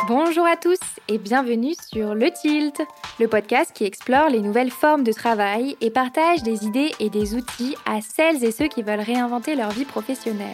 Bonjour à tous et bienvenue sur Le Tilt, le podcast qui explore les nouvelles formes de travail et partage des idées et des outils à celles et ceux qui veulent réinventer leur vie professionnelle.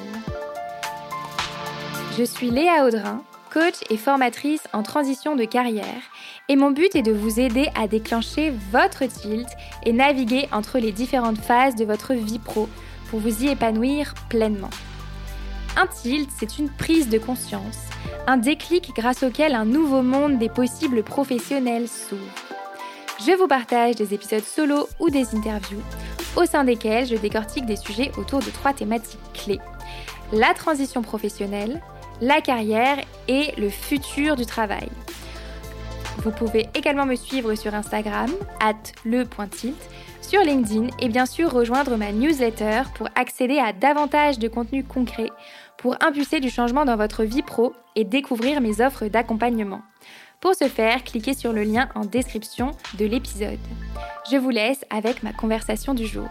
Je suis Léa Audrin, coach et formatrice en transition de carrière, et mon but est de vous aider à déclencher votre tilt et naviguer entre les différentes phases de votre vie pro pour vous y épanouir pleinement. Un tilt, c'est une prise de conscience, un déclic grâce auquel un nouveau monde des possibles professionnels s'ouvre. Je vous partage des épisodes solo ou des interviews, au sein desquels je décortique des sujets autour de 3 thématiques clés: la transition professionnelle, la carrière et le futur du travail. Vous pouvez également me suivre sur Instagram, @le.tilt, sur LinkedIn et bien sûr rejoindre ma newsletter pour accéder à davantage de contenu concret, pour impulser du changement dans votre vie pro et découvrir mes offres d'accompagnement. Pour ce faire, cliquez sur le lien en description de l'épisode. Je vous laisse avec ma conversation du jour.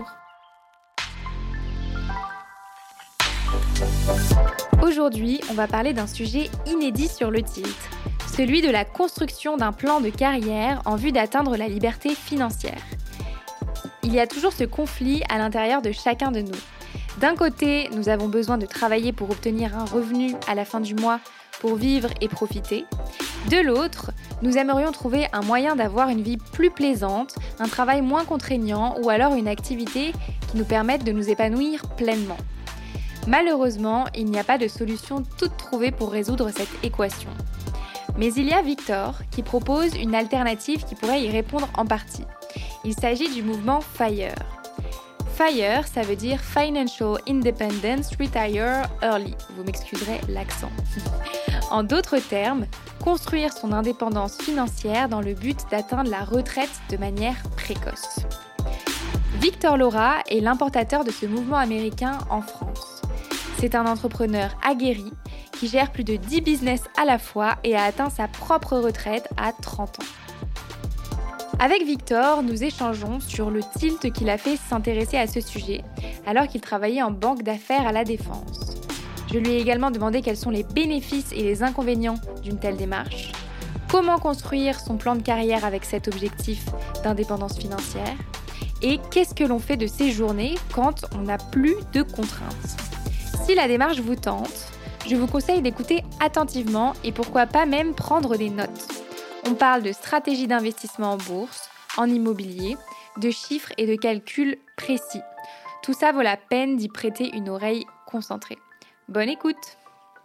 Aujourd'hui, on va parler d'un sujet inédit sur le tilt, celui de la construction d'un plan de carrière en vue d'atteindre la liberté financière. Il y a toujours ce conflit à l'intérieur de chacun de nous. D'un côté, nous avons besoin de travailler pour obtenir un revenu à la fin du mois pour vivre et profiter. De l'autre, nous aimerions trouver un moyen d'avoir une vie plus plaisante, un travail moins contraignant ou alors une activité qui nous permette de nous épanouir pleinement. Malheureusement, il n'y a pas de solution toute trouvée pour résoudre cette équation. Mais il y a Victor qui propose une alternative qui pourrait y répondre en partie. Il s'agit du mouvement FIRE. FIRE, ça veut dire Financial Independence Retire Early. Vous m'excuserez l'accent. En d'autres termes, construire son indépendance financière dans le but d'atteindre la retraite de manière précoce. Victor Laura est l'importateur de ce mouvement américain en France. C'est un entrepreneur aguerri qui gère plus de 10 business à la fois et a atteint sa propre retraite à 30 ans. Avec Victor, nous échangeons sur le tilt qui l'a fait s'intéresser à ce sujet, alors qu'il travaillait en banque d'affaires à la Défense. Je lui ai également demandé quels sont les bénéfices et les inconvénients d'une telle démarche, comment construire son plan de carrière avec cet objectif d'indépendance financière, et qu'est-ce que l'on fait de ces journées quand on n'a plus de contraintes. Si la démarche vous tente, je vous conseille d'écouter attentivement et pourquoi pas même prendre des notes. On parle de stratégie d'investissement en bourse, en immobilier, de chiffres et de calculs précis. Tout ça vaut la peine d'y prêter une oreille concentrée. Bonne écoute!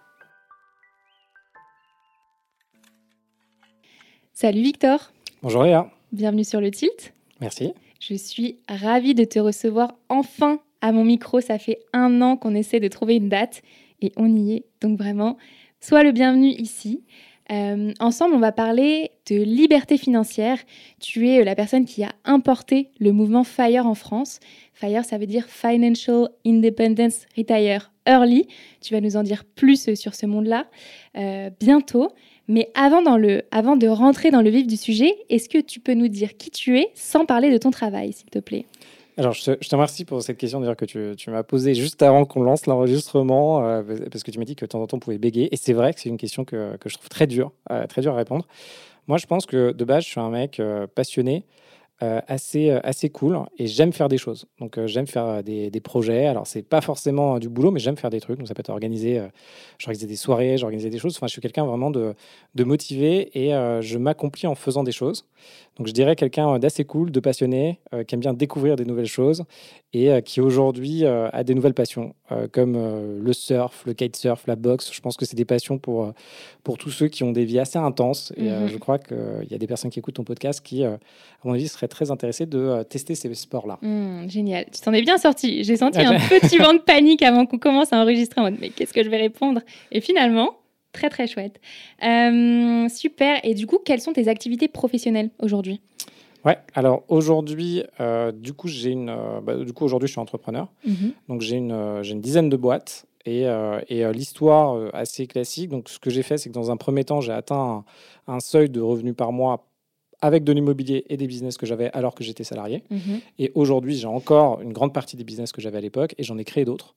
Salut Victor! Bonjour Léa! Bienvenue sur le Tilt. Merci. Je suis ravie de te recevoir enfin à mon micro. Ça fait 1 an qu'on essaie de trouver une date et on y est. Donc vraiment, sois le bienvenu ici. Ensemble, on va parler de liberté financière. Tu es la personne qui a importé le mouvement FIRE en France. FIRE, ça veut dire Financial Independence Retire Early. Tu vas nous en dire plus sur ce monde-là bientôt. Mais avant de rentrer dans le vif du sujet, est-ce que tu peux nous dire qui tu es sans parler de ton travail, s'il te plaît ? Alors, je te remercie pour cette question d'ailleurs que tu m'as posée juste avant qu'on lance l'enregistrement, parce que tu m'as dit que de temps en temps on pouvait bégayer. Et c'est vrai que c'est une question que je trouve très dure à répondre. Moi, je pense que de base, je suis un mec passionné, assez cool, et j'aime faire des choses. Donc, j'aime faire des projets. Alors, c'est pas forcément du boulot, mais j'aime faire des trucs. Donc, ça peut être j'organisais des soirées, j'organisais des choses. Enfin, je suis quelqu'un vraiment de motivé et je m'accomplis en faisant des choses. Donc, je dirais quelqu'un d'assez cool, de passionné, qui aime bien découvrir des nouvelles choses et qui aujourd'hui a des nouvelles passions, comme le surf, le kitesurf, la boxe. Je pense que c'est des passions pour tous ceux qui ont des vies assez intenses. Et je crois qu'il y a des personnes qui écoutent ton podcast qui, à mon avis, seraient très intéressées de tester ces sports-là. Génial. Tu t'en es bien sorti. J'ai senti un petit vent de panique avant qu'on commence à enregistrer en mode « mais qu'est-ce que je vais répondre ?» Et finalement... Très, très chouette. Super. Et du coup, quelles sont tes activités professionnelles aujourd'hui ? Ouais, alors aujourd'hui, aujourd'hui, je suis entrepreneur. Donc, j'ai une dizaine de boîtes et l'histoire assez classique. Donc, ce que j'ai fait, c'est que dans un premier temps, j'ai atteint un seuil de revenus par mois avec de l'immobilier et des business que j'avais alors que j'étais salarié. Et aujourd'hui, j'ai encore une grande partie des business que j'avais à l'époque et j'en ai créé d'autres.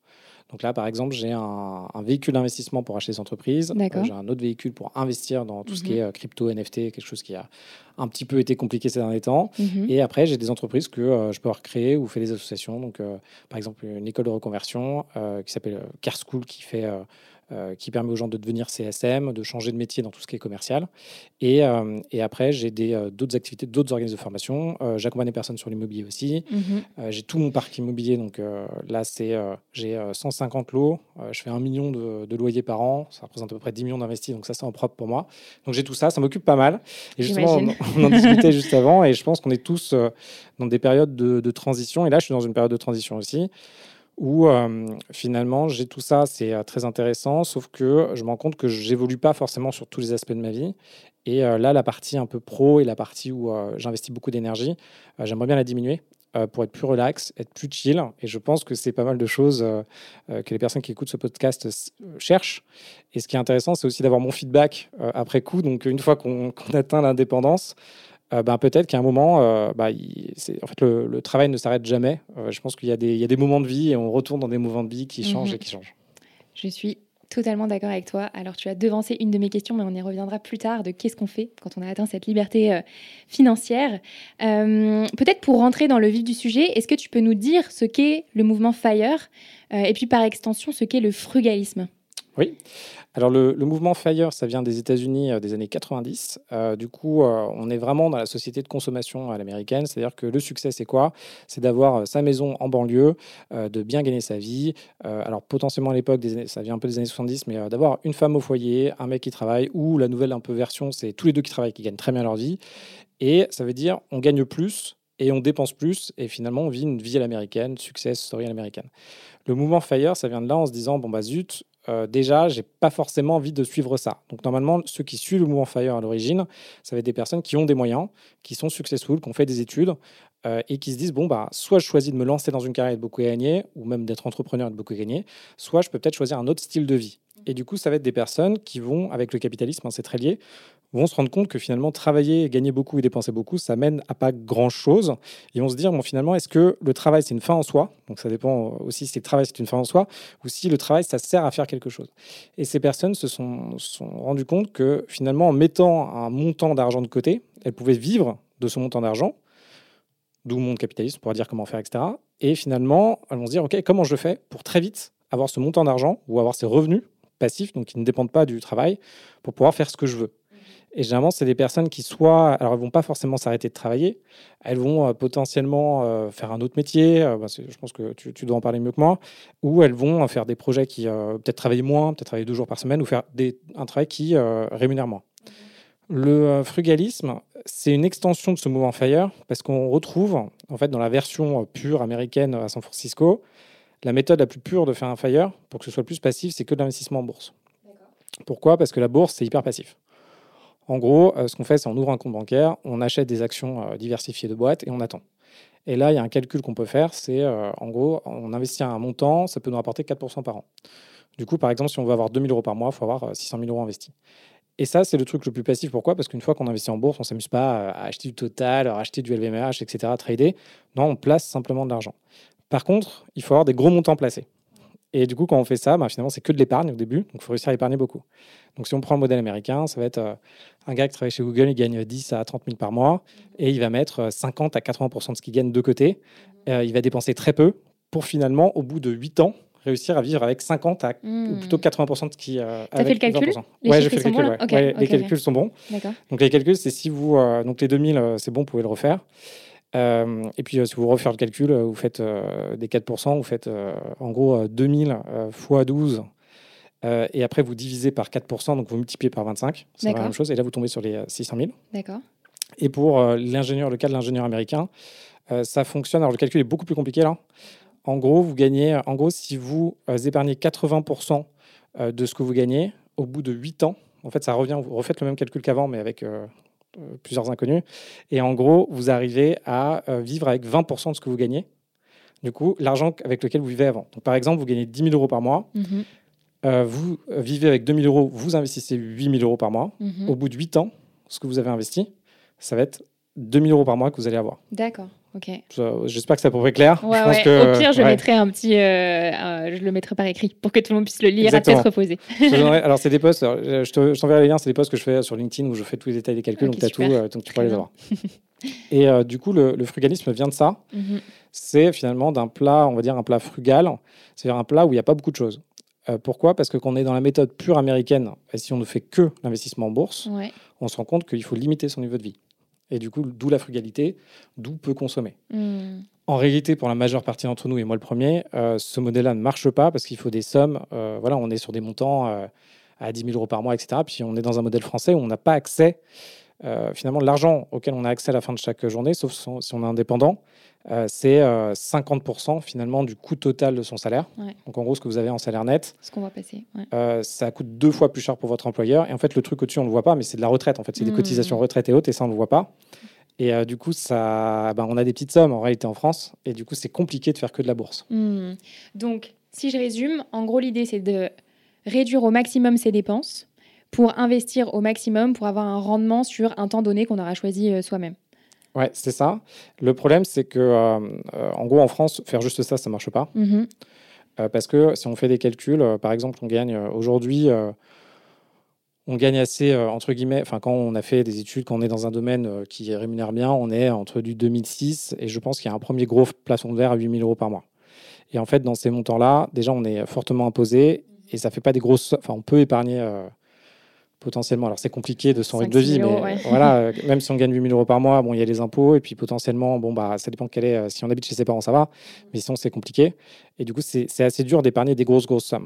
Donc là, par exemple, j'ai un véhicule d'investissement pour acheter des entreprises. J'ai un autre véhicule pour investir dans tout ce qui est crypto, NFT, quelque chose qui a un petit peu été compliqué ces derniers temps. Et après, j'ai des entreprises que je peux avoir créées ou fait des associations. Donc, par exemple, une école de reconversion qui s'appelle Care School, qui permet aux gens de devenir CSM, de changer de métier dans tout ce qui est commercial. Et après, j'ai d'autres activités, d'autres organismes de formation. J'accompagne les personnes sur l'immobilier aussi. J'ai tout mon parc immobilier. Donc là, j'ai 150 lots. Je fais 1 million de loyers par an. Ça représente à peu près 10 millions d'investis. Donc ça, c'est en propre pour moi. Donc j'ai tout ça. Ça m'occupe pas mal. Et justement, on en discutait juste avant. Et je pense qu'on est tous dans des périodes de transition. Et là, je suis dans une période de transition aussi, où finalement j'ai tout ça, c'est très intéressant, sauf que je me rends compte que j'évolue pas forcément sur tous les aspects de ma vie. Et là, la partie un peu pro et la partie où j'investis beaucoup d'énergie, j'aimerais bien la diminuer pour être plus relax, être plus chill. Et je pense que c'est pas mal de choses que les personnes qui écoutent ce podcast cherchent. Et ce qui est intéressant, c'est aussi d'avoir mon feedback après coup. Donc une fois qu'on atteint l'indépendance, peut-être qu'à un moment, en fait, le travail ne s'arrête jamais. Je pense qu'il y a des moments de vie et on retourne dans des moments de vie qui changent et qui changent. Je suis totalement d'accord avec toi. Alors, tu as devancé une de mes questions, mais on y reviendra plus tard, de qu'est-ce qu'on fait quand on a atteint cette liberté financière. Peut-être pour rentrer dans le vif du sujet, est-ce que tu peux nous dire ce qu'est le mouvement FIRE et puis par extension, ce qu'est le frugalisme ? Oui. Alors, le mouvement FIRE, ça vient des États-Unis des années 90. Du coup, on est vraiment dans la société de consommation à l'américaine. C'est-à-dire que le succès, c'est quoi ? C'est d'avoir sa maison en banlieue, de bien gagner sa vie. Alors, potentiellement à l'époque, ça vient un peu des années 70, mais d'avoir une femme au foyer, un mec qui travaille, ou la nouvelle un peu version, c'est tous les deux qui travaillent, qui gagnent très bien leur vie. Et ça veut dire on gagne plus et on dépense plus. Et finalement, on vit une vie à l'américaine, success story à l'américaine. Le mouvement FIRE, ça vient de là en se disant, zut, déjà, j'ai pas forcément envie de suivre ça. Donc normalement, ceux qui suivent le mouvement FIRE à l'origine, ça va être des personnes qui ont des moyens, qui sont successful, qui ont fait des études et qui se disent, soit je choisis de me lancer dans une carrière et de beaucoup gagner, ou même d'être entrepreneur et de beaucoup gagner, soit je peux peut-être choisir un autre style de vie. Et du coup, ça va être des personnes qui vont, avec le capitalisme, c'est très lié, vont se rendre compte que finalement, travailler, gagner beaucoup et dépenser beaucoup, ça mène à pas grand-chose. Ils vont se dire, finalement, est-ce que le travail, c'est une fin en soi ? Donc ça dépend aussi si le travail, c'est une fin en soi, ou si le travail, ça sert à faire quelque chose. Et ces personnes se sont rendues compte que finalement, en mettant un montant d'argent de côté, elles pouvaient vivre de ce montant d'argent, d'où le monde capitaliste, on pourra dire comment faire, etc. Et finalement, elles vont se dire, OK, comment je fais pour très vite avoir ce montant d'argent ou avoir ces revenus passifs, donc qui ne dépendent pas du travail, pour pouvoir faire ce que je veux. Et généralement, c'est des personnes qui alors elles vont pas forcément s'arrêter de travailler, elles vont potentiellement faire un autre métier, je pense que tu dois en parler mieux que moi, ou elles vont faire des projets qui peut-être travailler moins, peut-être travailler 2 jours par semaine, ou faire un travail qui rémunère moins. Le frugalisme, c'est une extension de ce mouvement FIRE, parce qu'on retrouve, en fait, dans la version pure américaine à San Francisco, la méthode la plus pure de faire un FIRE, pour que ce soit plus passif, c'est que de l'investissement en bourse. D'accord. Pourquoi ? Parce que la bourse, c'est hyper passif. En gros, ce qu'on fait, c'est on ouvre un compte bancaire, on achète des actions diversifiées de boîtes et on attend. Et là, il y a un calcul qu'on peut faire, c'est en gros, on investit un montant, ça peut nous rapporter 4% par an. Du coup, par exemple, si on veut avoir 2 000 € par mois, il faut avoir 600 000 € investis. Et ça, c'est le truc le plus passif. Pourquoi ? Parce qu'une fois qu'on investit en bourse, on ne s'amuse pas à acheter du Total, à acheter du LVMH, etc., à trader. Non, on place simplement de l'argent. Par contre, il faut avoir des gros montants placés. Et du coup, quand on fait ça, finalement, c'est que de l'épargne au début. Donc, il faut réussir à épargner beaucoup. Donc, si on prend le modèle américain, ça va être un gars qui travaille chez Google, il gagne 10 à 30 000 par mois et il va mettre 50 à 80% de ce qu'il gagne de côté. Il va dépenser très peu pour finalement, au bout de 8 ans, réussir à vivre avec 50 à ou plutôt 80% de ce qui... T'as fait le calcul ? Oui, j'ai fait le calcul. Les calculs sont bons. D'accord. Donc, les calculs, c'est si vous... donc, les 2000, c'est bon, vous pouvez le refaire. Et puis, si vous refaites le calcul, vous faites des 4%, vous faites en gros 2000 fois 12, et après vous divisez par 4%, donc vous multipliez par 25, c'est la même chose, et là vous tombez sur les 600 000. D'accord. Et pour le cas de l'ingénieur américain, ça fonctionne, alors le calcul est beaucoup plus compliqué là. En gros, si vous épargnez 80% de ce que vous gagnez, au bout de 8 ans, en fait ça revient, vous refaites le même calcul qu'avant, mais avec... plusieurs inconnus, et en gros, vous arrivez à vivre avec 20% de ce que vous gagnez. Du coup, l'argent avec lequel vous vivez avant. Donc, par exemple, vous gagnez 10 000 € par mois, vous vivez avec 2 000 €, vous investissez 8 000 € par mois. Au bout de 8 ans, ce que vous avez investi, ça va être 2 000 € par mois que vous allez avoir. D'accord. Ok. J'espère que c'est à peu près clair. Ouais, je pense ouais. que, Au pire, je mettrai un petit, je le mettrai par écrit pour que tout le monde puisse le lire Exactement. à tête reposée. Alors, c'est des posts, je t'enverrai les liens, c'est des posts que je fais sur LinkedIn où je fais tous les détails des calculs, Ok, donc tu as super. tout, donc tu Très pourras les bien. avoir. Et du coup, le frugalisme vient de ça. C'est finalement d'un plat, on va dire un plat frugal, c'est-à-dire un plat où il n'y a pas beaucoup de choses. Pourquoi ? Parce que quand on est dans la méthode pure américaine, et si on ne fait que l'investissement en bourse, Ouais. on se rend compte qu'il faut limiter son niveau de vie. Et du coup, d'où la frugalité, d'où peu consommer. En réalité, pour la majeure partie d'entre nous, et moi le premier, ce modèle-là ne marche pas parce qu'il faut des sommes. Voilà, on est sur des montants à 10 000 euros par mois, etc. Puis on est dans un modèle français où on n'a pas accès. Finalement, l'argent auquel on a accès à la fin de chaque journée, sauf si on est indépendant, c'est 50% finalement du coût total de son salaire. Ouais. Donc en gros, ce que vous avez en salaire net, Ce qu'on voit passer. Ouais. ça coûte 2 fois plus cher pour votre employeur. Et en fait, le truc au-dessus, on ne le voit pas, mais c'est de la retraite. En fait, c'est des cotisations retraite et autres, et ça, on ne le voit pas. Et du coup, ça, on a des petites sommes en réalité en France. Et du coup, c'est compliqué de faire que de la bourse. Donc, si je résume, en gros, l'idée, c'est de réduire au maximum ses dépenses pour investir au maximum pour avoir un rendement sur un temps donné qu'on aura choisi soi-même. Ouais, c'est ça. Le problème, c'est que, en gros, en France, faire juste ça, ça ne marche pas. Parce que si on fait des calculs, par exemple, on gagne aujourd'hui, on gagne assez, entre guillemets, quand on a fait des études, quand on est dans un domaine qui rémunère bien, on est entre du 2006 et je pense qu'il y a un premier gros plafond de verre à 8 000 euros par mois. Et en fait, dans ces montants-là, déjà, on est fortement imposé et ça ne fait pas des grosses. Enfin, on peut épargner potentiellement. Alors, c'est compliqué de son rythme de vie, mais voilà, même si on gagne 8 000 euros par mois, bon, il y a les impôts et puis potentiellement, ça dépend quel est. Si on habite chez ses parents, ça va, mais sinon, c'est compliqué. Et du coup, c'est assez dur d'épargner des grosses sommes.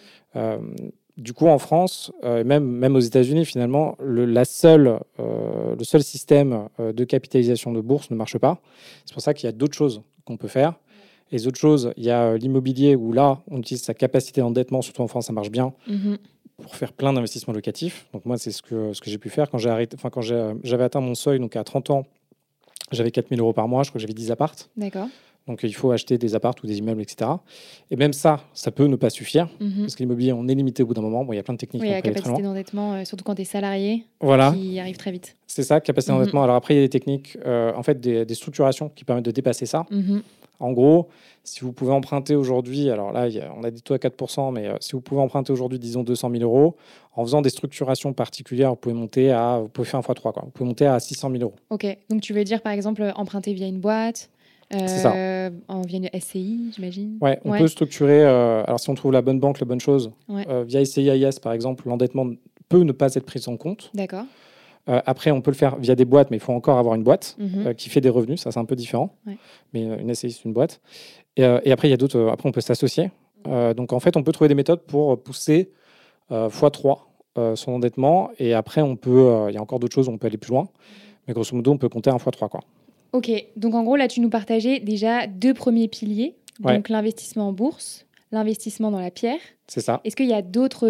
Du coup, en France, même aux États-Unis, finalement, le seul système de capitalisation de bourse ne marche pas. C'est pour ça qu'il y a d'autres choses qu'on peut faire. Les autres choses, il y a l'immobilier où là, on utilise sa capacité d'endettement, surtout en France, ça marche bien, pour faire plein d'investissements locatifs. Donc moi, c'est ce que j'ai pu faire quand j'avais atteint mon seuil, donc à 30 ans, j'avais 4 000 euros par mois, je crois que j'avais 10 appartes. D'accord. Donc, il faut acheter des apparts ou des immeubles, etc. Et même ça peut ne pas suffire. Parce que l'immobilier, on est limité au bout d'un moment. Bon, il y a plein de techniques. Oui, la capacité d'endettement, surtout quand tu es salarié, qui arrive très vite. C'est ça, capacité d'endettement. Alors après, il y a des techniques, en fait, des structurations qui permettent de dépasser ça. En gros, si vous pouvez emprunter aujourd'hui, alors là, on a des taux à 4%, mais si vous pouvez emprunter aujourd'hui, disons, 200 000 euros, en faisant des structurations particulières, vous pouvez faire un x3, quoi. Vous pouvez monter à 600 000 euros. Ok, donc tu veux dire, par exemple, emprunter via une boîte c'est ça. Via une SCI, j'imagine. Ouais, on peut structurer. Alors, si on trouve la bonne banque, la bonne chose, via SCI AIS, par exemple, l'endettement peut ne pas être pris en compte. D'accord. Après, on peut le faire via des boîtes, mais il faut encore avoir une boîte qui fait des revenus. Ça, c'est un peu différent. Mais une SCI, c'est une boîte. Et après, il y a d'autres. Après, on peut s'associer. Donc, en fait, on peut trouver des méthodes pour pousser x3 son endettement. Et après, il y a encore d'autres choses où on peut aller plus loin. Mais grosso modo, on peut compter un x3, quoi. Ok, donc en gros, là, tu nous partageais déjà 2 premiers piliers. Donc, l'investissement en bourse, l'investissement dans la pierre. C'est ça. Est-ce qu'il y a d'autres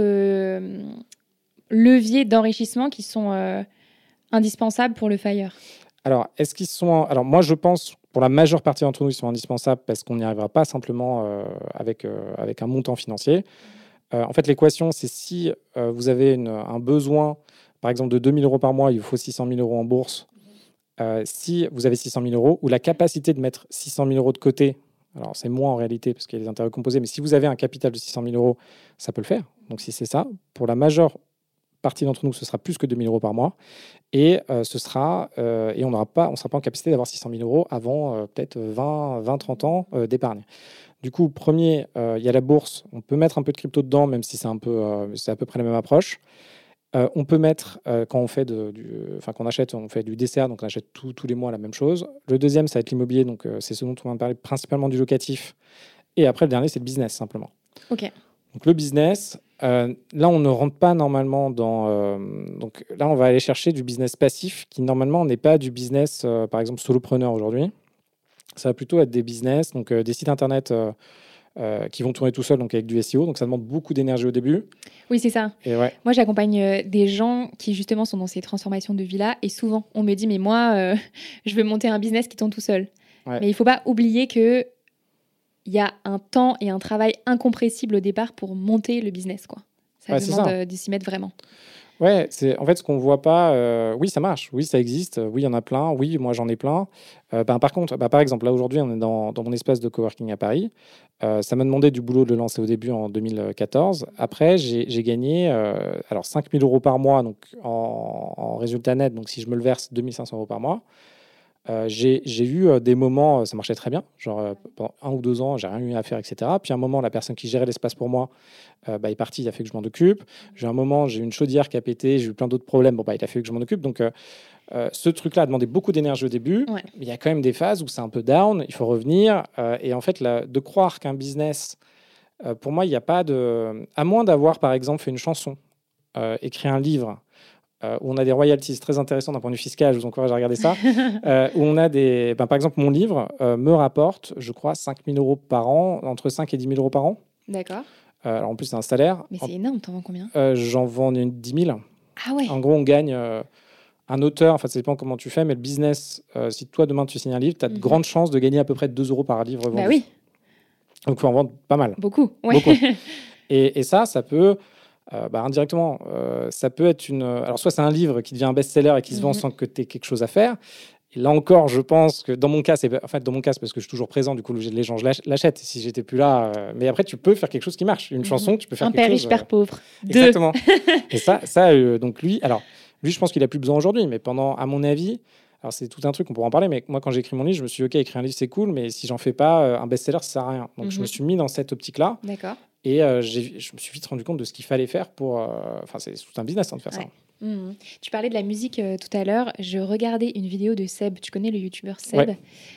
leviers d'enrichissement qui sont indispensables pour le FIRE ? Alors, est-ce qu'ils sont... Alors, moi, je pense, pour la majeure partie d'entre nous, ils sont indispensables parce qu'on n'y arrivera pas simplement avec un montant financier. En fait, l'équation, c'est si vous avez un besoin, par exemple, de 2 000 euros par mois, il vous faut 600 000 euros en bourse. Si vous avez 600 000 euros ou la capacité de mettre 600 000 euros de côté, alors c'est moins en réalité parce qu'il y a des intérêts composés, mais si vous avez un capital de 600 000 euros, ça peut le faire. Donc si c'est ça, pour la majeure partie d'entre nous, ce sera plus que 2 000 euros par mois et on ne sera pas en capacité d'avoir 600 000 euros avant peut-être 20-30 ans d'épargne. Du coup, premier, il y a la bourse. On peut mettre un peu de crypto dedans, même si c'est à peu près la même approche. On peut mettre, quand on fait qu'on achète, on fait du DCA, donc on achète tous les mois la même chose. Le deuxième, ça va être l'immobilier, donc c'est ce dont on va parler, principalement du locatif. Et après, le dernier, c'est le business, simplement. Ok. Donc le business, là, on ne rentre pas normalement dans... donc là, on va aller chercher du business passif, qui normalement n'est pas du business, par exemple, solopreneur aujourd'hui. Ça va plutôt être des business, donc des sites internet... qui vont tourner tout seuls, donc avec du SEO. Donc, ça demande beaucoup d'énergie au début. Oui, c'est ça. Et ouais. Moi, j'accompagne des gens qui, justement, sont dans ces transformations de vie-là. Et souvent, on me dit, mais moi, je veux monter un business qui tourne tout seul. Ouais. Mais il ne faut pas oublier qu'il y a un temps et un travail incompressible au départ pour monter le business, quoi. Ça demande de s'y mettre vraiment. Ouais, c'est en fait ce qu'on voit pas. Oui, ça marche. Oui, ça existe. Oui, il y en a plein. Oui, moi j'en ai plein. Par contre, par exemple, là aujourd'hui, on est dans mon espace de coworking à Paris. Ça m'a demandé du boulot de le lancer au début en 2014. Après, j'ai gagné alors 5 000 euros par mois donc en résultat net. Donc si je me le verse, 2 500 euros par mois. J'ai eu des moments, ça marchait très bien, genre pendant 1 ou 2 ans, j'ai rien eu à faire, etc. Puis un moment, la personne qui gérait l'espace pour moi est partie, il a fait que je m'en occupe. J'ai un moment, j'ai eu une chaudière qui a pété, j'ai eu plein d'autres problèmes, il a fait que je m'en occupe. Donc ce truc-là a demandé beaucoup d'énergie au début. Ouais. Il y a quand même des phases où c'est un peu down, il faut revenir. Et en fait, de croire qu'un business, pour moi, il n'y a pas de... À moins d'avoir, par exemple, fait une chanson, écrit un livre, où on a des royalties très intéressants d'un point de vue fiscal, je vous encourage à regarder ça, où on a des... par exemple, mon livre me rapporte, je crois, 5 000 euros par an, entre 5 et 10 000 euros par an. D'accord. Alors en plus, c'est un salaire. Mais c'est énorme, t'en vends combien? J'en vends 10 000. Ah ouais. En gros, on gagne un auteur, enfin, ça dépend comment tu fais, mais le business, si toi, demain, tu signes un livre, tu as de grandes chances de gagner à peu près 2 euros par livre vendu. Bah oui. Donc, il faut en vendre pas mal. Beaucoup. Ouais. Beaucoup. Et ça peut... indirectement, ça peut être une... Alors, soit c'est un livre qui devient un best-seller et qui se vend sans que tu aies quelque chose à faire. Et là encore, je pense que dans mon cas, c'est parce que je suis toujours présent, du coup, les gens, je l'achète. Si j'étais plus là... Mais après, tu peux faire quelque chose qui marche. Une chanson, tu peux faire un quelque père chose... riche, père pauvre. Exactement. Et ça donc lui... Alors, lui, je pense qu'il a plus besoin aujourd'hui, mais à mon avis... Alors, c'est tout un truc, on pourra en parler, mais moi, quand j'ai écrit mon livre, je me suis dit, OK, écrire un livre, c'est cool, mais si j'en fais pas un best-seller, ça sert à rien. Donc, je me suis mis dans cette optique-là. D'accord. Et je me suis vite rendu compte de ce qu'il fallait faire pour... Enfin, c'est tout un business de faire ça. Tu parlais de la musique tout à l'heure. Je regardais une vidéo de Seb. Tu connais le youtubeur Seb,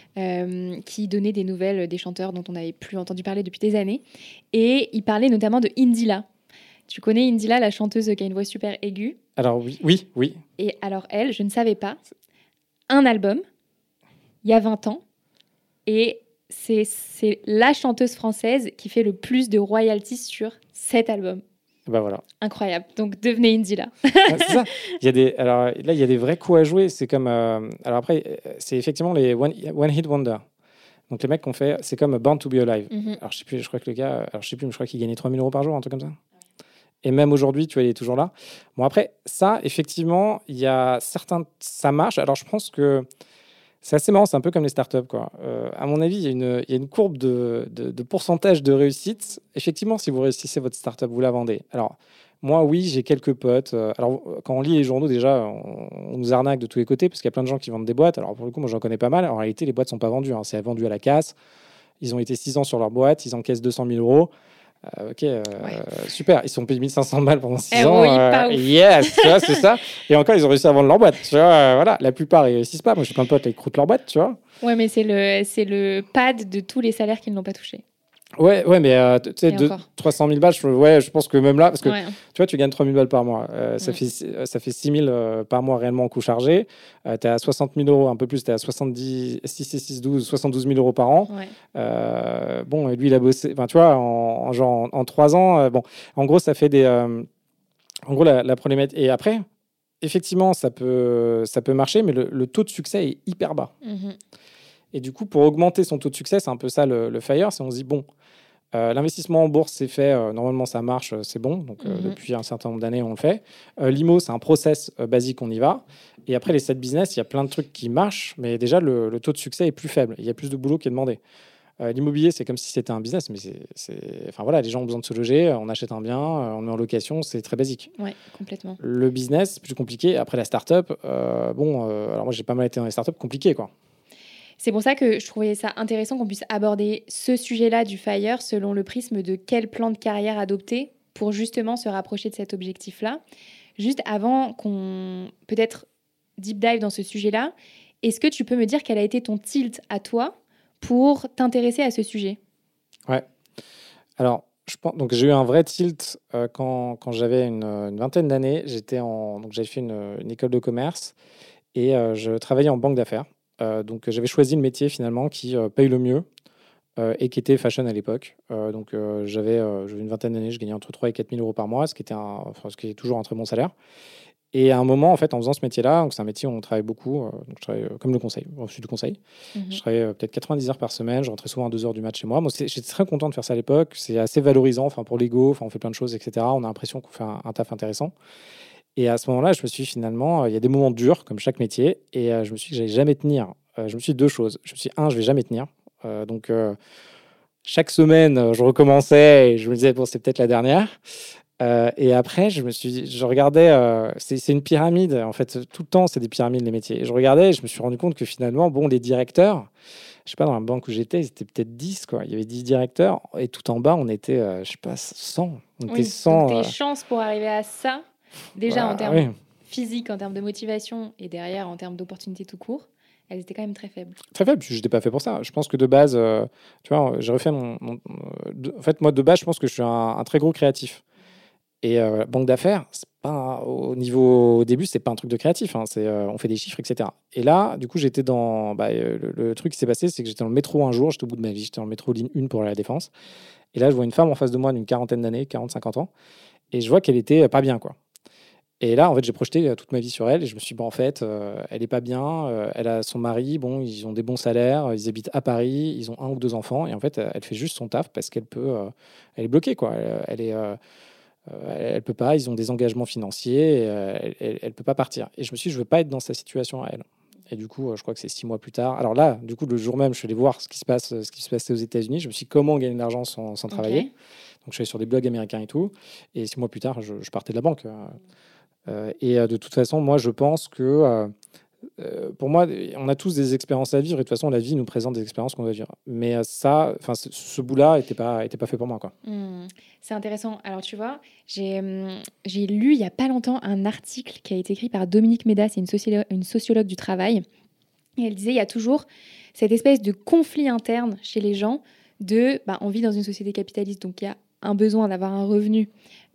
qui donnait des nouvelles des chanteurs dont on n'avait plus entendu parler depuis des années. Et il parlait notamment de Indila. Tu connais Indila, la chanteuse qui a une voix super aiguë? Alors oui. Et alors elle, je ne savais pas, un album, il y a 20 ans, et c'est la chanteuse française qui fait le plus de royalties sur cet album. Voilà. Incroyable. Donc, devenez Indila. C'est ça. Alors là, il y a des vrais coups à jouer. C'est comme... alors après, c'est effectivement les One Hit Wonder. Donc les mecs qu'on fait, c'est comme Born to Be Alive. Alors je sais plus, je crois que le gars... Alors je sais plus, mais je crois qu'il gagnait 3 000 euros par jour, un truc comme ça. Et même aujourd'hui, tu vois, il est toujours là. Bon, après, ça, effectivement, il y a certains... Ça marche. Alors je pense que... C'est assez marrant, c'est un peu comme les startups, quoi. À mon avis, il y a une courbe de pourcentage de réussite. Effectivement, si vous réussissez votre startup, vous la vendez. Alors, moi, oui, j'ai quelques potes. Alors, quand on lit les journaux, déjà, on nous arnaque de tous les côtés parce qu'il y a plein de gens qui vendent des boîtes. Alors, pour le coup, moi, j'en connais pas mal. En réalité, les boîtes ne sont pas vendues. C'est vendu à la casse. Ils ont été 6 ans sur leur boîte. Ils encaissent 200 000 euros. Super, ils sont payés 1 500 balles pendant 6 ans. Yes, tu vois, c'est ça. Et encore, ils ont réussi à vendre leur boîte. Tu vois, voilà, la plupart, ils réussissent pas. Moi, j'ai plein de potes qui croûtent leur boîte, tu vois. Ouais, mais c'est le pad de tous les salaires qu'ils n'ont pas touchés. Ouais, mais tu sais, 300 000 balles, je pense que même là, parce que tu vois, tu gagnes 3 000 balles par mois. Ça fait 6 000 par mois réellement en coût chargé. Tu es à 60 000 euros, un peu plus, tu es à 6 et 6, 12, 72 000 euros par an. Bon, et lui, il a bossé, tu vois, en 3 ans. En gros, ça fait des. En gros, la problématique. Et après, effectivement, ça peut marcher, mais le taux de succès est hyper bas. Et du coup, pour augmenter son taux de succès, c'est un peu ça le FIRE, c'est on se dit, bon, l'investissement en bourse, c'est fait, normalement ça marche, c'est bon, donc depuis un certain nombre d'années, on le fait. L'IMO, c'est un process basique, on y va. Et après, les side business, il y a plein de trucs qui marchent, mais déjà, le taux de succès est plus faible, il y a plus de boulot qui est demandé. L'immobilier, c'est comme si c'était un business, mais enfin voilà, les gens ont besoin de se loger, on achète un bien, on met en location, c'est très basique. Ouais, complètement. Le business, c'est plus compliqué. Après, la start-up, alors moi, j'ai pas mal été dans les start-up compliquées, quoi. C'est pour ça que je trouvais ça intéressant qu'on puisse aborder ce sujet-là du FIRE selon le prisme de quel plan de carrière adopter pour justement se rapprocher de cet objectif-là. Juste avant qu'on peut-être deep dive dans ce sujet-là, est-ce que tu peux me dire quel a été ton tilt à toi pour t'intéresser à ce sujet? Ouais. Alors, donc j'ai eu un vrai tilt quand j'avais une vingtaine d'années. Donc j'avais fait une école de commerce et je travaillais en banque d'affaires. Donc j'avais choisi le métier finalement qui paye le mieux et qui était fashion à l'époque. Donc j'avais une vingtaine d'années, je gagnais entre 3 et 4 000 euros par mois, ce qui est toujours un très bon salaire. Et à un moment, en fait, en faisant ce métier-là, donc c'est un métier où on travaille beaucoup, donc je travaille comme le conseil, au sud du conseil. Je travaillais peut-être 90 heures par semaine, je rentrais souvent à 2 heures du mat chez moi. Moi, j'étais très content de faire ça à l'époque, c'est assez valorisant, pour l'ego, on fait plein de choses, etc. On a l'impression qu'on fait un taf intéressant. Et à ce moment-là, je me suis dit, finalement, il y a des moments durs, comme chaque métier, et je me suis dit que j'allais jamais tenir. Je me suis dit deux choses. Je me suis dit, un, je vais jamais tenir. Donc, chaque semaine, je recommençais et je me disais, bon, c'est peut-être la dernière. Et après, je regardais, c'est une pyramide. En fait, tout le temps, c'est des pyramides, les métiers. Et je regardais et je me suis rendu compte que finalement, bon, les directeurs, je sais pas, dans la banque où j'étais, ils étaient peut-être 10, quoi. Il y avait 10 directeurs et tout en bas, on était, je sais pas, 100. On était Oui, donc 100. tes chances pour arriver à ça, déjà en Bah, termes oui. physiques, en termes de motivation et derrière en termes d'opportunités tout court, elles étaient quand même très faibles. Très faible, je n'étais pas fait pour ça. Je pense que de base, tu vois, j'ai refait en fait, moi, de base, je pense que je suis un très gros créatif. Et banque d'affaires, c'est pas au début, c'est pas un truc de créatif. Hein, on fait des chiffres, etc. Et là, du coup, j'étais dans. Le truc qui s'est passé, c'est que j'étais dans le métro un jour, j'étais au bout de ma vie, j'étais dans le métro ligne 1 pour aller à la Défense. Et là, je vois une femme en face de moi d'une quarantaine d'années, 40-50 ans, et je vois qu'elle était pas bien, quoi. Et là, en fait, j'ai projeté toute ma vie sur elle et je me suis dit, bon, en fait, elle est pas bien, elle a son mari, bon, ils ont des bons salaires, ils habitent à Paris, ils ont un ou deux enfants, et en fait, elle fait juste son taf parce qu'elle peut, elle est bloquée, quoi. Elle peut pas, ils ont des engagements financiers, et, elle peut pas partir. Et je me suis dit, je veux pas être dans sa situation à elle. Et du coup, je crois que c'est 6 mois plus tard. Alors là, du coup, le jour même, je suis allé voir ce qui se passait aux États-Unis. Je me suis dit, comment gagner de l'argent sans travailler. Ok. Donc, je suis allé sur des blogs américains et tout. Et 6 mois plus tard, je partais de la banque. Et de toute façon, moi, je pense que pour moi, on a tous des expériences à vivre. Et de toute façon, la vie nous présente des expériences qu'on va vivre. Mais ce bout-là était pas fait pour moi, quoi. C'est intéressant. Alors, tu vois, j'ai lu il y a pas longtemps un article qui a été écrit par Dominique Méda, c'est une sociologue du travail. Et elle disait, il y a toujours cette espèce de conflit interne chez les gens on vit dans une société capitaliste, donc il y a un besoin d'avoir un revenu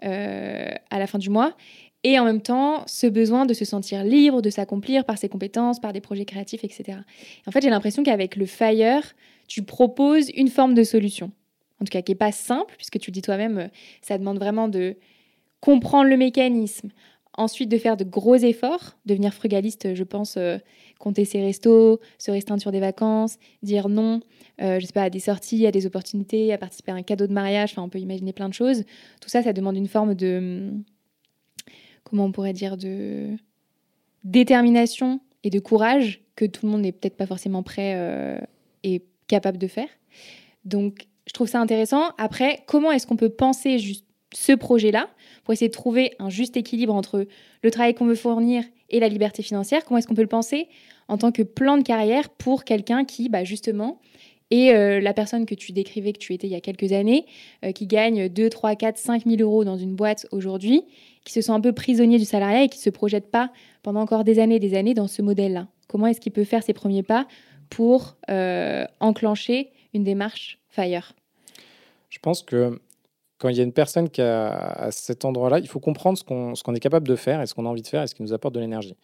à la fin du mois. Et en même temps, ce besoin de se sentir libre, de s'accomplir par ses compétences, par des projets créatifs, etc. Et en fait, j'ai l'impression qu'avec le FIRE, tu proposes une forme de solution. En tout cas, qui n'est pas simple, puisque tu le dis toi-même, ça demande vraiment de comprendre le mécanisme, ensuite de faire de gros efforts, devenir frugaliste, je pense, compter ses restos, se restreindre sur des vacances, dire non, je sais pas, à des sorties, à des opportunités, à participer à un cadeau de mariage, enfin, on peut imaginer plein de choses. Tout ça, ça demande une forme de, comment on pourrait dire, de détermination et de courage que tout le monde n'est peut-être pas forcément prêt et capable de faire. Donc, je trouve ça intéressant. Après, comment est-ce qu'on peut penser juste ce projet-là pour essayer de trouver un juste équilibre entre le travail qu'on veut fournir et la liberté financière? Comment est-ce qu'on peut le penser en tant que plan de carrière pour quelqu'un qui, justement, est la personne que tu décrivais, que tu étais il y a quelques années, qui gagne 2, 3, 4, 5 000 euros dans une boîte aujourd'hui, qui se sent un peu prisonnier du salariat et qui ne se projette pas pendant encore des années dans ce modèle-là? Comment est-ce qu'il peut faire ses premiers pas pour enclencher une démarche FIRE? Je pense que quand il y a une personne qui est à cet endroit-là, il faut comprendre ce qu'on est capable de faire et ce qu'on a envie de faire et ce qui nous apporte de l'énergie.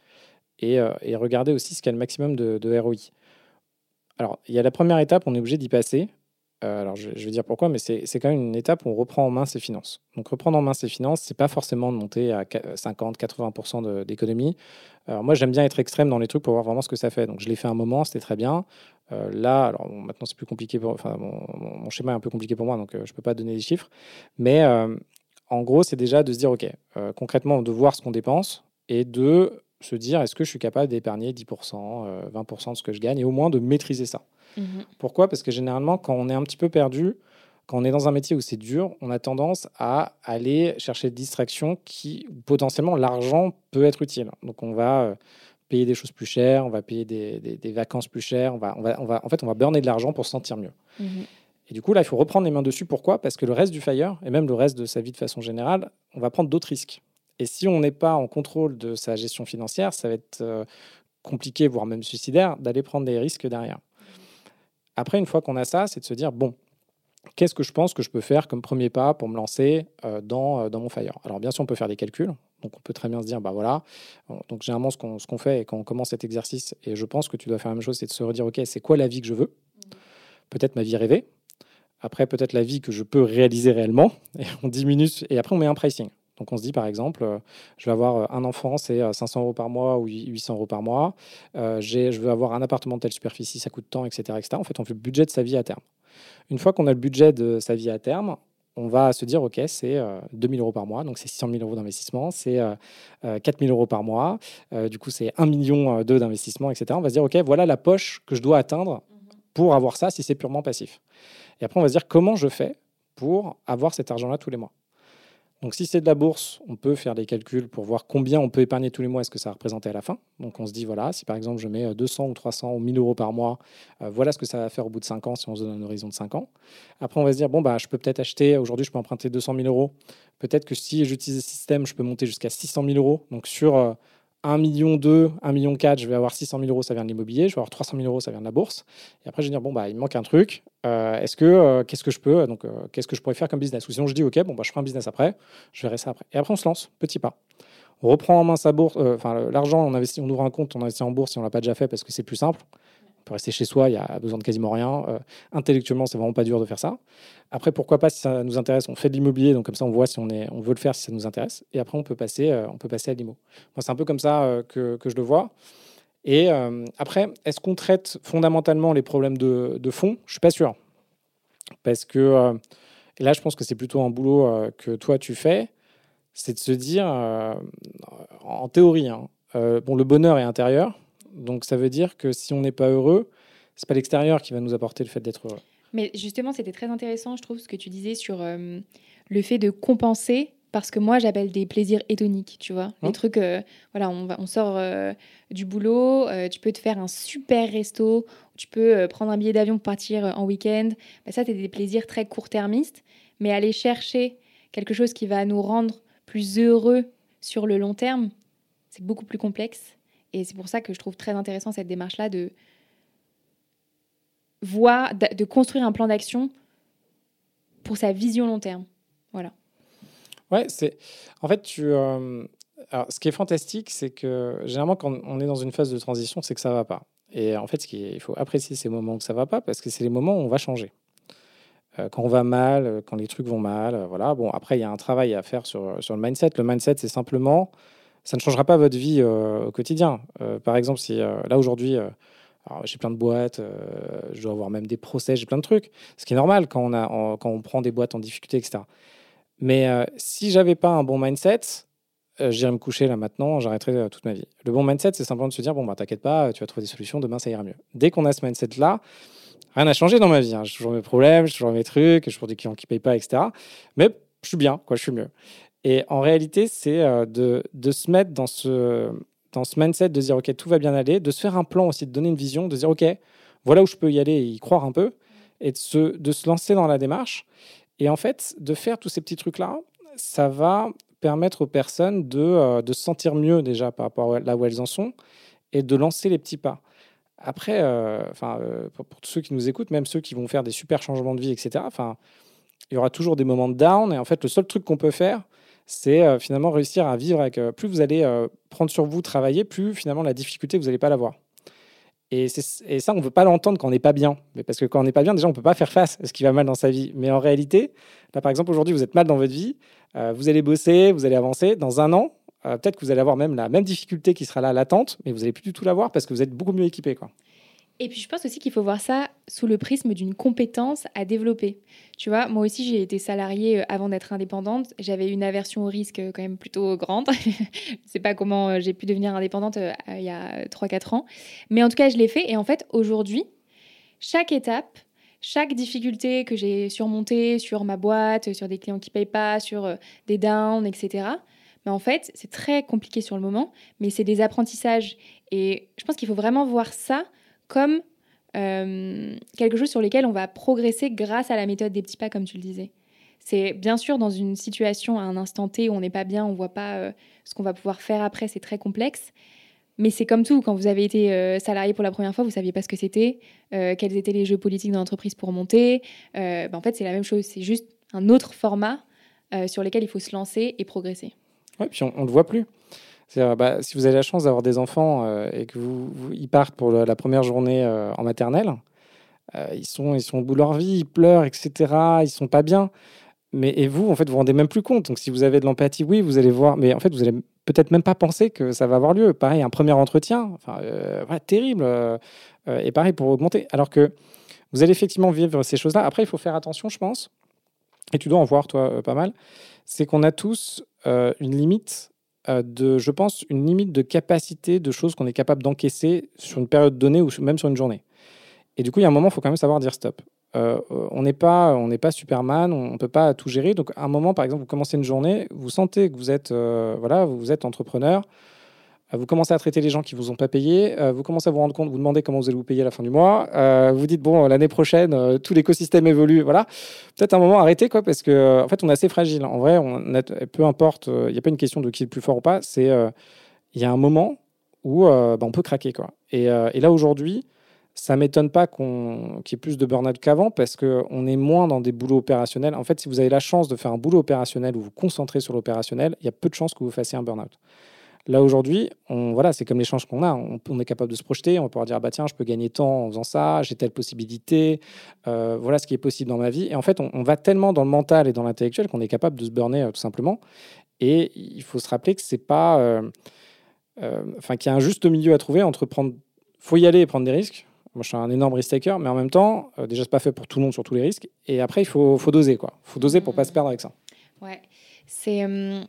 Et regarder aussi ce qu'il y a le maximum de ROI. Alors, il y a la première étape, on est obligé d'y passer. Alors, je vais dire pourquoi, mais c'est quand même une étape où on reprend en main ses finances. Donc, reprendre en main ses finances, c'est pas forcément de monter à 50-80% d'économie. Alors, moi, j'aime bien être extrême dans les trucs pour voir vraiment ce que ça fait. Donc, je l'ai fait un moment, c'était très bien. Là, alors maintenant, c'est plus compliqué. Mon schéma est un peu compliqué pour moi, donc je peux pas donner des chiffres. Mais en gros, c'est déjà de se dire, OK, concrètement, de voir ce qu'on dépense et de se dire, est-ce que je suis capable d'épargner 10%, 20% de ce que je gagne et au moins de maîtriser ça. Pourquoi? Parce que généralement, quand on est un petit peu perdu, quand on est dans un métier où c'est dur, on a tendance à aller chercher des distractions qui, potentiellement, l'argent peut être utile. Donc, on va payer des choses plus chères, on va payer des vacances plus chères, en fait, on va burner de l'argent pour se sentir mieux. Et du coup, là, il faut reprendre les mains dessus. Pourquoi? Parce que le reste du FIRE, et même le reste de sa vie de façon générale, on va prendre d'autres risques. Et si on n'est pas en contrôle de sa gestion financière, ça va être compliqué, voire même suicidaire, d'aller prendre des risques derrière. Après, une fois qu'on a ça, c'est de se dire, bon, qu'est-ce que je pense que je peux faire comme premier pas pour me lancer dans mon FIRE? Alors, bien sûr, on peut faire des calculs. Donc, on peut très bien se dire, voilà. Donc, généralement, ce qu'on fait quand on commence cet exercice, et je pense que tu dois faire la même chose, c'est de se redire, OK, c'est quoi la vie que je veux? Peut-être ma vie rêvée. Après, peut-être la vie que je peux réaliser réellement. Et on diminue. Et après, on met un pricing. Donc, on se dit, par exemple, je vais avoir un enfant, c'est 500 euros par mois ou 800 euros par mois. Je veux avoir un appartement de telle superficie, ça coûte tant, etc., etc. En fait, on fait le budget de sa vie à terme. Une fois qu'on a le budget de sa vie à terme, on va se dire, OK, c'est 2 000 euros par mois, donc c'est 600 000 euros d'investissement, c'est 4 000 euros par mois, du coup, c'est 1,2 million d'investissement, etc. On va se dire, OK, voilà la poche que je dois atteindre pour avoir ça si c'est purement passif. Et après, on va se dire, comment je fais pour avoir cet argent-là tous les mois. Donc, si c'est de la bourse, on peut faire des calculs pour voir combien on peut épargner tous les mois, est-ce que ça va représenter à la fin. Donc, on se dit, voilà, si par exemple, je mets 200 ou 300 ou 1 000 euros par mois, voilà ce que ça va faire au bout de 5 ans si on se donne un horizon de 5 ans. Après, on va se dire, bon, bah, je peux peut-être acheter, aujourd'hui, je peux emprunter 200 000 euros. Peut-être que si j'utilise ce système, je peux monter jusqu'à 600 000 euros. Donc, sur 1,2 million, 1,4 million, je vais avoir 600 000 euros, ça vient de l'immobilier. Je vais avoir 300 000 euros, ça vient de la bourse. Et après, je vais dire, bon, bah, il me manque un truc. Qu'est-ce que je peux qu'est-ce que je pourrais faire comme business? Ou sinon, je dis, OK, bon, bah, je ferai un business après. Je verrai ça après. Et après, on se lance, petit pas. On reprend en main sa bourse, l'argent, on investit, on ouvre un compte, on investit en bourse si on ne l'a pas déjà fait parce que c'est plus simple. On peut rester chez soi, il n'y a besoin de quasiment rien. Intellectuellement, c'est vraiment pas dur de faire ça. Après, pourquoi pas, si ça nous intéresse, on fait de l'immobilier, donc comme ça, on voit si on veut le faire, si ça nous intéresse. Et après, on peut passer à l'IMO. Moi, c'est un peu comme ça que je le vois. Et après, est-ce qu'on traite fondamentalement les problèmes de fond? Je ne suis pas sûr. Parce que, et là, je pense que c'est plutôt un boulot que toi, tu fais, c'est de se dire, en théorie, hein, bon, le bonheur est intérieur. Donc, ça veut dire que si on n'est pas heureux, ce n'est pas l'extérieur qui va nous apporter le fait d'être heureux. Mais justement, c'était très intéressant, je trouve, ce que tu disais sur le fait de compenser, parce que moi, j'appelle des plaisirs hédoniques, tu vois. Les trucs, voilà, on sort du boulot, tu peux te faire un super resto, tu peux prendre un billet d'avion pour partir en week-end. Bah, ça, c'est des plaisirs très court-termistes, mais aller chercher quelque chose qui va nous rendre plus heureux sur le long terme, c'est beaucoup plus complexe. Et c'est pour ça que je trouve très intéressant cette démarche-là de construire un plan d'action pour sa vision long terme. Voilà. Ouais, en fait, alors, ce qui est fantastique, c'est que généralement, quand on est dans une phase de transition, c'est que ça va pas. Et en fait, il faut apprécier ces moments où ça va pas, parce que c'est les moments où on va changer. Quand on va mal, quand les trucs vont mal, voilà. Bon, après, il y a un travail à faire sur le mindset. Le mindset, c'est simplement, ça ne changera pas votre vie au quotidien. Par exemple, si là aujourd'hui, alors, j'ai plein de boîtes, je dois avoir même des procès, j'ai plein de trucs. Ce qui est normal quand on prend des boîtes en difficulté, etc. Mais si j'avais pas un bon mindset, j'irais me coucher là maintenant, j'arrêterais toute ma vie. Le bon mindset, c'est simplement de se dire, bon, bah, t'inquiète pas, tu vas trouver des solutions, demain, ça ira mieux. Dès qu'on a ce mindset-là, rien n'a changé dans ma vie. Hein. J'ai toujours mes problèmes, j'ai toujours mes trucs, j'ai toujours des clients qui ne payent pas, etc. Mais je suis bien, je suis mieux. Et en réalité, c'est de se mettre dans ce mindset, de dire, OK, tout va bien aller, de se faire un plan aussi, de donner une vision, de dire, OK, voilà où je peux y aller et y croire un peu, et de se lancer dans la démarche. Et en fait, de faire tous ces petits trucs-là, ça va permettre aux personnes de se sentir mieux déjà par rapport à là où elles en sont et de lancer les petits pas. Après, pour tous ceux qui nous écoutent, même ceux qui vont faire des super changements de vie, etc., il y aura toujours des moments de down. Et en fait, le seul truc qu'on peut faire, c'est finalement réussir à vivre avec... plus vous allez prendre sur vous, travailler, plus finalement la difficulté, vous n'allez pas l'avoir. Et ça, on ne veut pas l'entendre quand on n'est pas bien. Mais parce que quand on n'est pas bien, déjà, on ne peut pas faire face à ce qui va mal dans sa vie. Mais en réalité, là, par exemple, aujourd'hui, vous êtes mal dans votre vie, vous allez bosser, vous allez avancer. Dans un an, peut-être que vous allez avoir même la même difficulté qui sera là, latente, mais vous n'allez plus du tout l'avoir parce que vous êtes beaucoup mieux équipé, quoi. Et puis, je pense aussi qu'il faut voir ça sous le prisme d'une compétence à développer. Tu vois, moi aussi, j'ai été salariée avant d'être indépendante. J'avais une aversion au risque quand même plutôt grande. Je ne sais pas comment j'ai pu devenir indépendante il y a 3-4 ans. Mais en tout cas, je l'ai fait. Et en fait, aujourd'hui, chaque étape, chaque difficulté que j'ai surmontée sur ma boîte, sur des clients qui ne payent pas, sur des downs, etc., mais en fait, c'est très compliqué sur le moment, mais c'est des apprentissages. Et je pense qu'il faut vraiment voir ça comme quelque chose sur lequel on va progresser grâce à la méthode des petits pas, comme tu le disais. C'est bien sûr dans une situation à un instant T où on n'est pas bien, on ne voit pas ce qu'on va pouvoir faire après, c'est très complexe. Mais c'est comme tout, quand vous avez été salarié pour la première fois, vous ne saviez pas ce que c'était, quels étaient les jeux politiques dans l'entreprise pour monter. En fait, c'est la même chose, c'est juste un autre format sur lequel il faut se lancer et progresser. Oui, puis on ne le voit plus. C'est-à-dire, si vous avez la chance d'avoir des enfants et que ils partent pour la première journée en maternelle, ils sont au bout de leur vie, ils pleurent, etc. Ils ne sont pas bien. Et vous, en fait, vous vous rendez même plus compte. Donc, si vous avez de l'empathie, oui, vous allez voir. Mais en fait, vous allez peut-être même pas penser que ça va avoir lieu. Pareil, un premier entretien, terrible. Et pareil pour augmenter. Alors que vous allez effectivement vivre ces choses-là. Après, il faut faire attention, je pense. et tu dois en voir, toi, pas mal, c'est qu'on a tous une limite je pense, une limite de capacité de choses qu'on est capable d'encaisser sur une période donnée ou même sur une journée. Et du coup, il y a un moment, il faut quand même savoir dire stop. On n'est pas Superman, on ne peut pas tout gérer. Donc, à un moment, par exemple, vous commencez une journée, vous sentez que vous êtes, vous êtes entrepreneur, vous commencez à traiter les gens qui ne vous ont pas payé, vous commencez à vous rendre compte, vous demandez comment vous allez vous payer à la fin du mois, vous dites, bon, l'année prochaine, tout l'écosystème évolue, voilà. Peut-être un moment arrêter, quoi, parce que en fait, on est assez fragile. En vrai, peu importe, il n'y a pas une question de qui est le plus fort ou pas, il y a un moment où on peut craquer, quoi. Et là, aujourd'hui, ça ne m'étonne pas qu'il y ait plus de burn-out qu'avant parce qu'on est moins dans des boulots opérationnels. En fait, si vous avez la chance de faire un boulot opérationnel ou vous concentrez sur l'opérationnel, il y a peu de chances que vous fassiez un burn-out. Là, aujourd'hui, c'est comme l'échange qu'on a. On est capable de se projeter. On va pouvoir dire, bah, tiens, je peux gagner tant en faisant ça, j'ai telle possibilité. Voilà ce qui est possible dans ma vie. Et en fait, on va tellement dans le mental et dans l'intellectuel qu'on est capable de se burner tout simplement. Et il faut se rappeler que c'est pas... qu'il y a un juste milieu à trouver entre faut y aller et prendre des risques. Moi, je suis un énorme risk-taker, mais en même temps, déjà, c'est pas fait pour tout le monde sur tous les risques. Et après, il faut doser, quoi. Il faut doser pour pas se perdre avec ça. Ouais, c'est...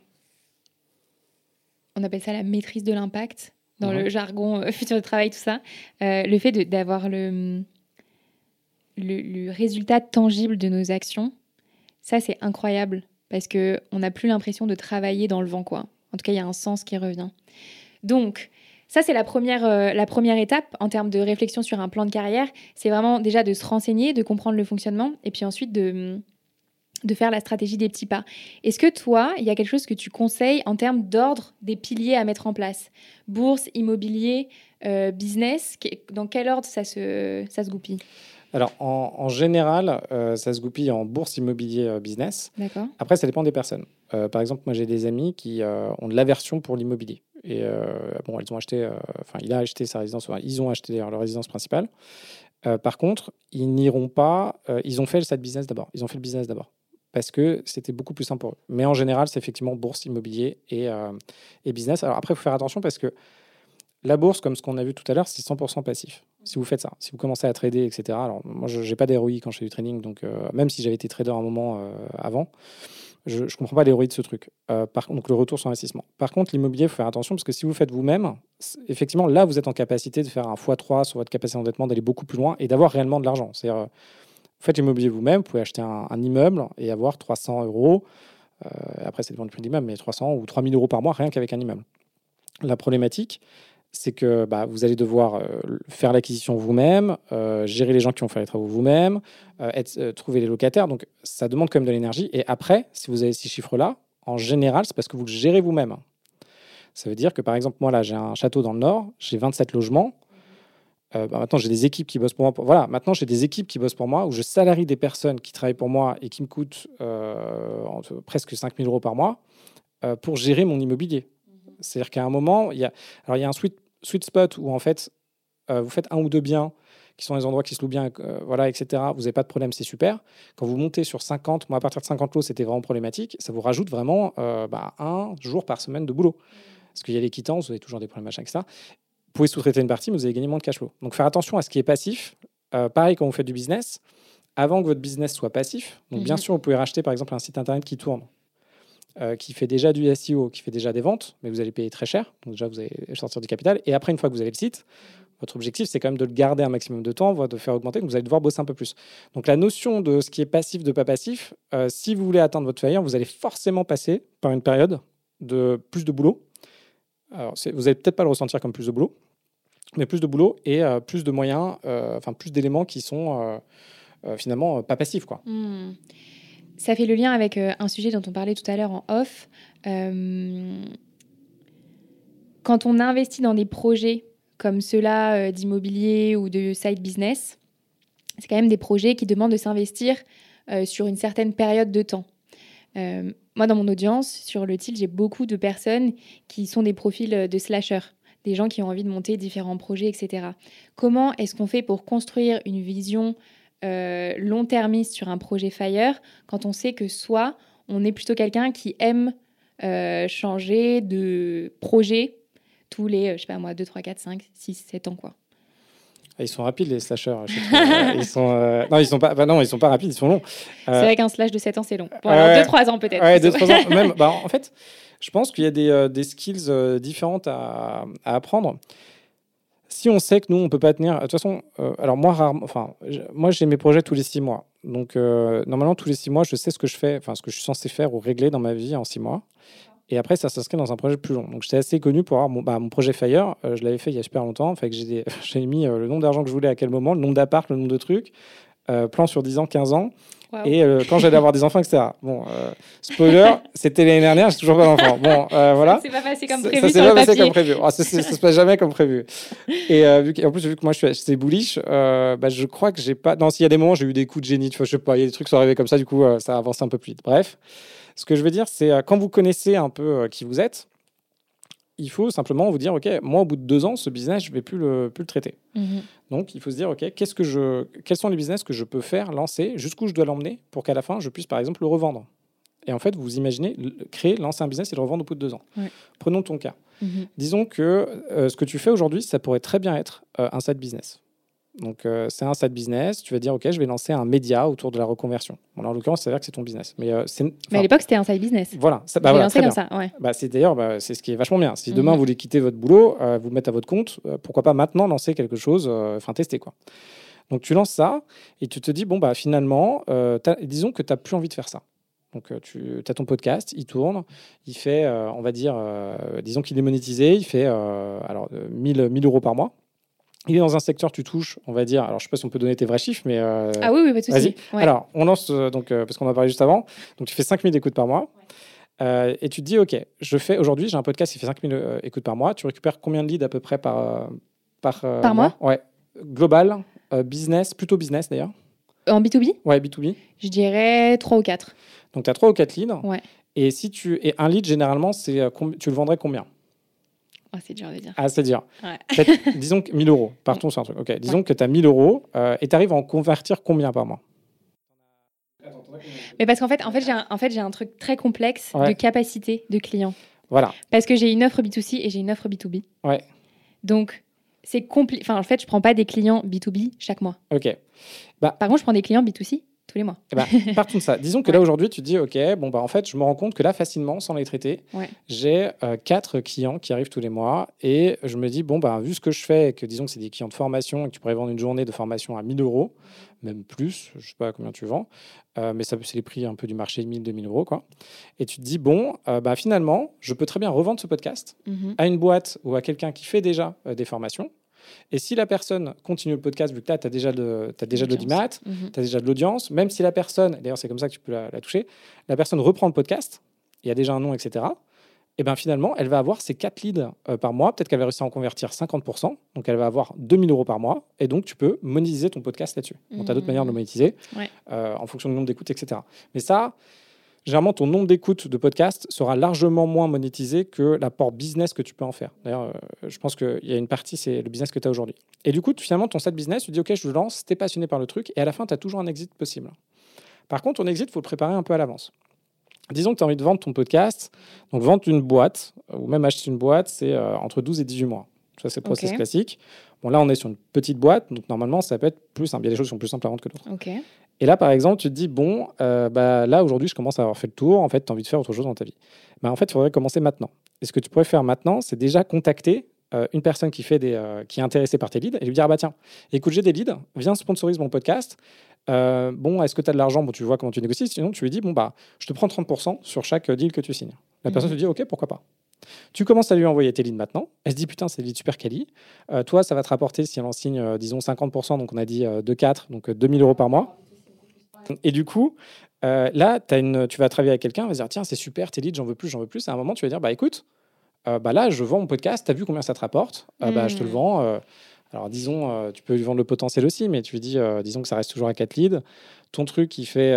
on appelle ça la maîtrise de l'impact dans le jargon futur de travail, tout ça. Le fait d'avoir le résultat tangible de nos actions, ça, c'est incroyable parce qu'on n'a plus l'impression de travailler dans le vent, quoi. En tout cas, il y a un sens qui revient. Donc, ça, c'est la première étape en termes de réflexion sur un plan de carrière. C'est vraiment déjà de se renseigner, de comprendre le fonctionnement et puis ensuite de faire la stratégie des petits pas. Est-ce que toi, il y a quelque chose que tu conseilles en termes d'ordre des piliers à mettre en place? Bourse, immobilier, business, dans quel ordre ça se goupille? Alors, en général, ça se goupille en bourse, immobilier, business. D'accord. Après, ça dépend des personnes. Par exemple, moi, j'ai des amis qui ont de l'aversion pour l'immobilier. Et ils ont acheté, il a acheté sa résidence, ils ont acheté d'ailleurs leur résidence principale. Par contre, ils n'iront pas, ils ont fait le side business d'abord. Ils ont fait le business d'abord. Parce que c'était beaucoup plus simple pour eux. Mais en général, c'est effectivement bourse, immobilier et business. Alors après, il faut faire attention parce que la bourse, comme ce qu'on a vu tout à l'heure, c'est 100% passif. Si vous faites ça, si vous commencez à trader, etc. Alors moi, je n'ai pas d'ROI quand je fais du trading, donc même si j'avais été trader un moment avant, je ne comprends pas les ROI de ce truc. Donc le retour sur investissement. Par contre, l'immobilier, il faut faire attention parce que si vous le faites vous-même, effectivement, là, vous êtes en capacité de faire un x3 sur votre capacité d'endettement, d'aller beaucoup plus loin et d'avoir réellement de l'argent. C'est-à-dire, vous faites l'immobilier vous-même, vous pouvez acheter un immeuble et avoir 300 euros. Après, ça dépend du prix de l'immeuble, mais 300 ou 3000 euros par mois rien qu'avec un immeuble. La problématique, c'est que vous allez devoir faire l'acquisition vous-même, gérer les gens qui vont faire les travaux vous-même, trouver les locataires. Donc, ça demande quand même de l'énergie. Et après, si vous avez ces chiffres-là, en général, c'est parce que vous le gérez vous-même. Ça veut dire que, par exemple, moi, là, j'ai un château dans le Nord, j'ai 27 logements. Maintenant, j'ai des équipes qui bossent pour moi. Maintenant, j'ai des équipes qui bossent pour moi, où je salarie des personnes qui travaillent pour moi et qui me coûtent presque 5 000 euros par mois pour gérer mon immobilier. C'est-à-dire qu'à un moment, il y a un sweet spot où en fait, vous faites un ou deux biens qui sont des endroits qui se louent bien, etc. Vous n'avez pas de problème, c'est super. Quand vous montez sur 50, moi à partir de 50 lots, c'était vraiment problématique. Ça vous rajoute vraiment un jour par semaine de boulot. Parce qu'il y a les quittances, vous avez toujours des problèmes, machin, etc. Vous pouvez sous-traiter une partie, mais vous allez gagner moins de cash flow. Donc faire attention à ce qui est passif. Pareil quand vous faites du business, avant que votre business soit passif. Donc bien sûr, vous pouvez racheter par exemple un site internet qui tourne. Qui fait déjà du SEO, qui fait déjà des ventes, mais vous allez payer très cher. Donc déjà, vous allez sortir du capital. Et après, une fois que vous avez le site, votre objectif, c'est quand même de le garder un maximum de temps, voire de faire augmenter. Donc vous allez devoir bosser un peu plus. Donc la notion de ce qui est passif, de pas passif, si vous voulez atteindre votre FIRE, vous allez forcément passer par une période de plus de boulot. Alors, vous n'allez peut-être pas le ressentir comme plus de boulot, mais plus de boulot et plus de moyens, plus d'éléments qui sont finalement pas passifs, quoi. Ça fait le lien avec un sujet dont on parlait tout à l'heure en off. Quand on investit dans des projets comme ceux-là d'immobilier ou de side business, c'est quand même des projets qui demandent de s'investir sur une certaine période de temps. Moi, dans mon audience, sur le TIL, j'ai beaucoup de personnes qui sont des profils de slashers, des gens qui ont envie de monter différents projets, etc. Comment est-ce qu'on fait pour construire une vision long-termiste sur un projet FIRE quand on sait que soit on est plutôt quelqu'un qui aime changer de projet tous les, 2, 3, 4, 5, 6, 7 ans, quoi. Ils sont rapides, les slashers. Ils sont, non, ils sont pas rapides, ils sont longs. C'est vrai qu'un slash de 7 ans, c'est long. Bon, alors 2-3 ans peut-être. Ouais, 2-3 ans. Même, en fait, je pense qu'il y a des skills différentes à apprendre. Si on sait que nous, on ne peut pas tenir... De toute façon, alors moi, j'ai mes projets tous les 6 mois. Donc, normalement, tous les 6 mois, je sais ce que je fais, enfin, ce que je suis censé faire ou régler dans ma vie en 6 mois. Et après, ça s'inscrit dans un projet plus long. Donc, j'étais assez connu pour avoir mon projet Fire. Je l'avais fait il y a super longtemps. Fait que j'ai mis le nombre d'argent que je voulais à quel moment, le nombre d'appart, le nombre de trucs, plan sur 10 ans, 15 ans. Wow. Et quand j'allais avoir des enfants, etc. Bon, spoiler, c'était l'année dernière, j'ai toujours pas d'enfants. Bon, voilà. C'est pas passé comme prévu. Ça s'est pas passé comme prévu. Ça se passe jamais comme prévu. Et en plus, vu que moi je suis assez bullish, je crois que j'ai pas. Non, s'il y a des moments, j'ai eu des coups de génie. Tu vois, je sais pas, il y a des trucs qui sont arrivés comme ça, du coup, ça a avancé un peu plus vite. Bref, ce que je veux dire, c'est quand vous connaissez un peu qui vous êtes, il faut simplement vous dire, OK, moi, au bout de 2 ans, ce business, je ne vais plus le traiter. Donc, il faut se dire, OK, quels sont les business que je peux faire, lancer, jusqu'où je dois l'emmener pour qu'à la fin, je puisse, par exemple, le revendre. Et en fait, vous imaginez lancer un business et le revendre au bout de 2 ans. Ouais. Prenons ton cas. Disons que ce que tu fais aujourd'hui, ça pourrait très bien être un side business. Donc, c'est un side business. Tu vas dire, OK, je vais lancer un média autour de la reconversion. Bon, là, en l'occurrence, ça veut dire que c'est ton business. Mais à l'époque, c'était un side business. Voilà. J'ai lancé comme ça. Ouais. C'est ce qui est vachement bien. Si demain, vous voulez quitter votre boulot, vous mettre à votre compte, pourquoi pas maintenant lancer quelque chose, tester, quoi. Donc, tu lances ça et tu te dis, finalement, disons que tu n'as plus envie de faire ça. Donc, tu as ton podcast, il tourne, il fait, on va dire, disons qu'il est monétisé, il fait 1000 euros par mois. Il est dans un secteur, tu touches, on va dire, alors je ne sais pas si on peut donner tes vrais chiffres, mais... Ah oui, pas de souci. Ouais. Alors, on lance, parce qu'on en a parlé juste avant, donc tu fais 5000 écoutes par mois, et tu te dis, OK, aujourd'hui, j'ai un podcast qui fait 5000 écoutes par mois, tu récupères combien de leads à peu près par mois? Ouais. Global, business, plutôt business d'ailleurs. En B2B? Ouais, B2B. Je dirais 3 ou 4. Donc, tu as 3 ou 4 leads. Ouais. Et un lead, généralement, tu le vendrais combien? Oh, c'est dur de dire. Ah, c'est dur. Ouais. Disons que 1000 euros. Partons sur un truc. OK. Disons que tu as 1000 euros et tu arrives à en convertir combien par mois? Mais parce qu'en fait, j'ai un truc très complexe de capacité de clients. Voilà. Parce que j'ai une offre B2C et j'ai une offre B2B. Ouais. Donc, c'est compliqué. Enfin, en fait, je ne prends pas des clients B2B chaque mois. OK. Par contre, je prends des clients B2C tous les mois. Partons de ça. Disons que là, aujourd'hui, tu te dis, OK, en fait, je me rends compte que là, facilement, sans les traiter, j'ai 4 clients qui arrivent tous les mois et je me dis, vu ce que je fais, que disons que c'est des clients de formation et que tu pourrais vendre une journée de formation à 1000 euros, même plus, je ne sais pas combien tu vends, mais ça, c'est les prix un peu du marché, 1000, 2000 euros, quoi. Et tu te dis, finalement, je peux très bien revendre ce podcast à une boîte ou à quelqu'un qui fait déjà des formations. Et si la personne continue le podcast, vu que là, tu as déjà de l'audimat, tu as déjà de l'audience, même si la personne, d'ailleurs, c'est comme ça que tu peux la toucher, la personne reprend le podcast, il y a déjà un nom, etc. Et finalement, elle va avoir ses 4 leads par mois. Peut-être qu'elle va réussir à en convertir 50%. Donc, elle va avoir 2000 euros par mois. Et donc, tu peux monétiser ton podcast là-dessus. Bon, tu as d'autres manières de le monétiser en fonction du nombre d'écoutes, etc. Mais ça... Généralement, ton nombre d'écoutes de podcast sera largement moins monétisé que l'apport business que tu peux en faire. D'ailleurs, je pense qu'il y a une partie, c'est le business que tu as aujourd'hui. Et du coup, finalement, ton side business, tu dis, OK, je le lance, tu es passionné par le truc, et à la fin, tu as toujours un exit possible. Par contre, ton exit, il faut le préparer un peu à l'avance. Disons que tu as envie de vendre ton podcast, donc vendre une boîte, ou même acheter une boîte, c'est entre 12 et 18 mois. Ça, c'est le process classique. Bon, là, on est sur une petite boîte, donc normalement, ça peut être plus simple. Il y a des choses qui sont plus simples à vendre que d'autres. Okay. Et là, par exemple, tu te dis, là, aujourd'hui, je commence à avoir fait le tour. En fait, tu as envie de faire autre chose dans ta vie. En fait, il faudrait commencer maintenant. Et ce que tu pourrais faire maintenant, c'est déjà contacter une personne qui est intéressée par tes leads et lui dire, tiens, écoute, j'ai des leads, viens sponsoriser mon podcast. Est-ce que tu as de l'argent? Tu vois comment tu négocies. Sinon, tu lui dis, je te prends 30% sur chaque deal que tu signes. La personne te dit, OK, pourquoi pas. Tu commences à lui envoyer tes leads maintenant. Elle se dit, putain, c'est des leads super quali. Toi, ça va te rapporter, si elle en signe, disons, 50%, donc on a dit 2,4, donc 2000 euros par mois. Et du coup, là, tu vas travailler avec quelqu'un, elle va dire, tiens, c'est super, tes leads, j'en veux plus. À un moment, tu vas dire, écoute, là, je vends mon podcast, tu as vu combien ça te rapporte, je te le vends. Alors, disons, tu peux lui vendre le potentiel aussi, mais tu lui dis, disons que ça reste toujours à 4 leads. Ton truc, il fait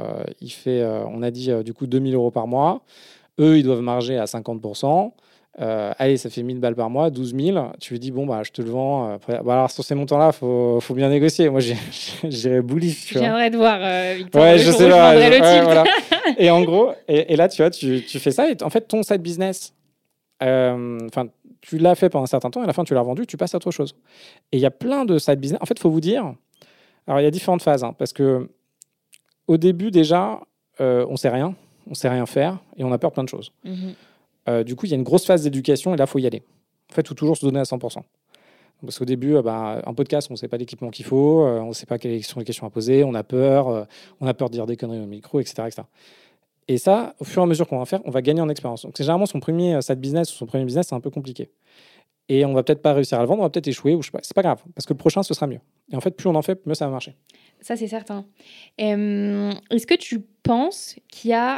on a dit, du coup, 2000 euros par mois. Eux, ils doivent marger à 50%. Allez, ça fait 1000 balles par mois, 12 000. Tu lui dis, je te le vends. Après, alors, sur ces montants-là, il faut bien négocier. Moi, j'irais bullish. Je viendrais te voir, Victor. Ouais, je sais pas. Le tilt. Voilà. Et en gros, et là, tu vois, tu fais ça. Et en fait, ton side business, tu l'as fait pendant un certain temps, et à la fin, tu l'as revendu, tu passes à autre chose. Et il y a plein de side business. En fait, il faut vous dire, alors il y a différentes phases, parce que au début, déjà, on sait rien faire, et on a peur de plein de choses. Du coup, il y a une grosse phase d'éducation, et là, il faut y aller. En fait, il faut toujours se donner à 100%. Parce qu'au début, un podcast, on ne sait pas l'équipement qu'il faut, on ne sait pas quelles sont les questions à poser, on a peur de dire des conneries au micro, etc., etc. Et ça, au fur et à mesure qu'on va faire, on va gagner en expérience. Donc, c'est généralement son premier side business ou son premier business, c'est un peu compliqué. Et on va peut-être pas réussir à le vendre, on va peut-être échouer, ou je sais pas. C'est pas grave, parce que le prochain, ce sera mieux. Et en fait, plus on en fait, mieux ça va marcher. Ça, c'est certain. Est-ce que tu penses qu'il y a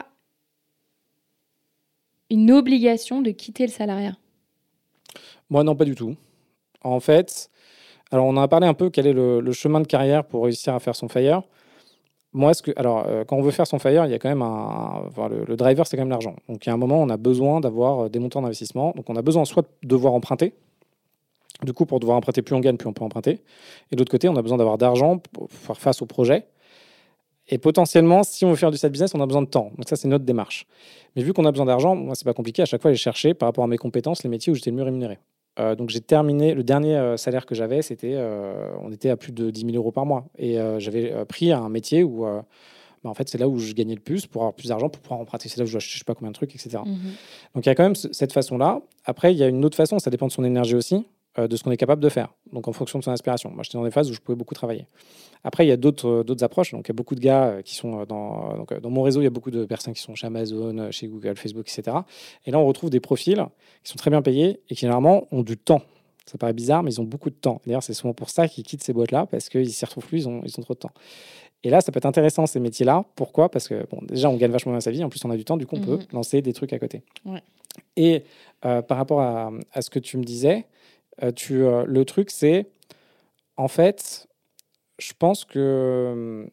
une obligation de quitter le salariat? Moi, non, pas du tout. En fait, alors on en a parlé un peu, quel est le chemin de carrière pour réussir à faire son FIRE. Moi, quand on veut faire son FIRE, il y a quand même le driver, c'est quand même l'argent. Donc, il y a un moment, on a besoin d'avoir des montants d'investissement. Donc, on a besoin soit de devoir emprunter. Du coup, pour devoir emprunter, plus on gagne, plus on peut emprunter. Et de l'autre côté, on a besoin d'avoir d'argent pour faire face au projet. Et potentiellement, si on veut faire du side business, on a besoin de temps. Donc ça, c'est notre démarche. Mais vu qu'on a besoin d'argent, moi, c'est pas compliqué. À chaque fois, aller chercher, par rapport à mes compétences, les métiers où j'étais le mieux rémunéré. Donc j'ai terminé, le dernier salaire que j'avais, on était à plus de 10 000 euros par mois. Et j'avais pris un métier où, en fait, c'est là où je gagnais le plus pour avoir plus d'argent, pour pouvoir emprunter. C'est là où je dois acheter je sais pas combien de trucs, etc. Donc il y a quand même cette façon-là. Après, il y a une autre façon, ça dépend de son énergie aussi, de ce qu'on est capable de faire. Donc en fonction de son inspiration. Moi, j'étais dans des phases où je pouvais beaucoup travailler. Après, il y a d'autres approches. Donc, il y a beaucoup de gars qui sont dans mon réseau, il y a beaucoup de personnes qui sont chez Amazon, chez Google, Facebook, etc. Et là, on retrouve des profils qui sont très bien payés et qui, généralement, ont du temps. Ça paraît bizarre, mais ils ont beaucoup de temps. D'ailleurs, c'est souvent pour ça qu'ils quittent ces boîtes-là, parce qu'ils ne s'y retrouvent plus, ils ont trop de temps. Et là, ça peut être intéressant, ces métiers-là. Pourquoi ? Parce que, déjà, on gagne vachement bien sa vie. En plus, on a du temps. Du coup, on peut lancer des trucs à côté. Ouais. Et par rapport à ce que tu me disais, le truc, c'est, en fait... Je pense que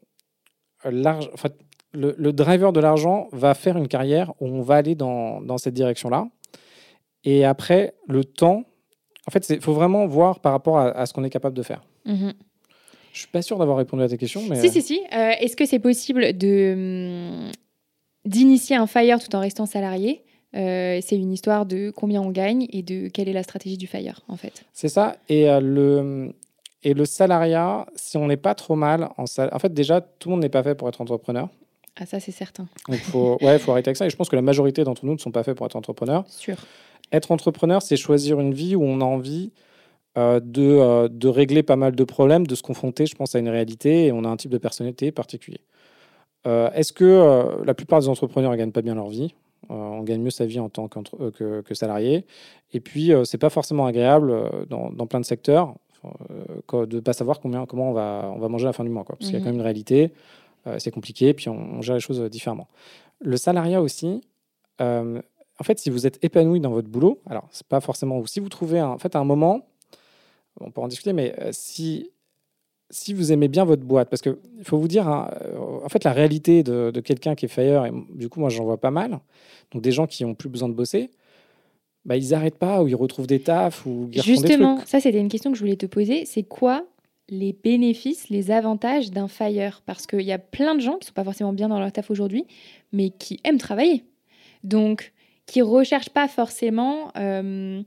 le driver de l'argent va faire une carrière où on va aller dans cette direction-là. Et après, le temps, en fait, il faut vraiment voir par rapport à ce qu'on est capable de faire. Je ne suis pas sûr d'avoir répondu à ta question. Mais... Si. Est-ce que c'est possible d'initier un FIRE tout en restant salarié ? C'est une histoire de combien on gagne et de quelle est la stratégie du FIRE, en fait. C'est ça. Et le salariat, si on n'est pas trop mal... En fait, déjà, tout le monde n'est pas fait pour être entrepreneur. Ah, ça, c'est certain. Donc, faut arrêter avec ça. Et je pense que la majorité d'entre nous ne sont pas faits pour être entrepreneurs. Sûr. Être entrepreneur, c'est choisir une vie où on a envie de régler pas mal de problèmes, de se confronter, je pense, à une réalité, et on a un type de personnalité particulier. Est-ce que la plupart des entrepreneurs ne gagnent pas bien leur vie ? On gagne mieux sa vie en tant que salarié. Et puis, c'est pas forcément agréable dans plein de secteurs de ne pas savoir comment on va manger à la fin du mois, quoi. Parce qu'il y a quand même une réalité, c'est compliqué, puis on gère les choses différemment. Le salariat aussi, en fait, si vous êtes épanoui dans votre boulot, alors c'est pas forcément vous. Si vous trouvez en fait à un moment, on peut en discuter, mais si vous aimez bien votre boîte, parce qu'il faut vous dire, en fait, la réalité de quelqu'un qui est FIRE, et du coup, moi, j'en vois pas mal, donc des gens qui n'ont plus besoin de bosser, ils n'arrêtent pas, ou ils retrouvent des tafs, ou ils refont des trucs. Justement, ça, c'était une question que je voulais te poser. C'est quoi les bénéfices, les avantages d'un FIRE ? Parce qu'il y a plein de gens qui ne sont pas forcément bien dans leur taf aujourd'hui, mais qui aiment travailler. Donc, qui ne recherchent pas forcément de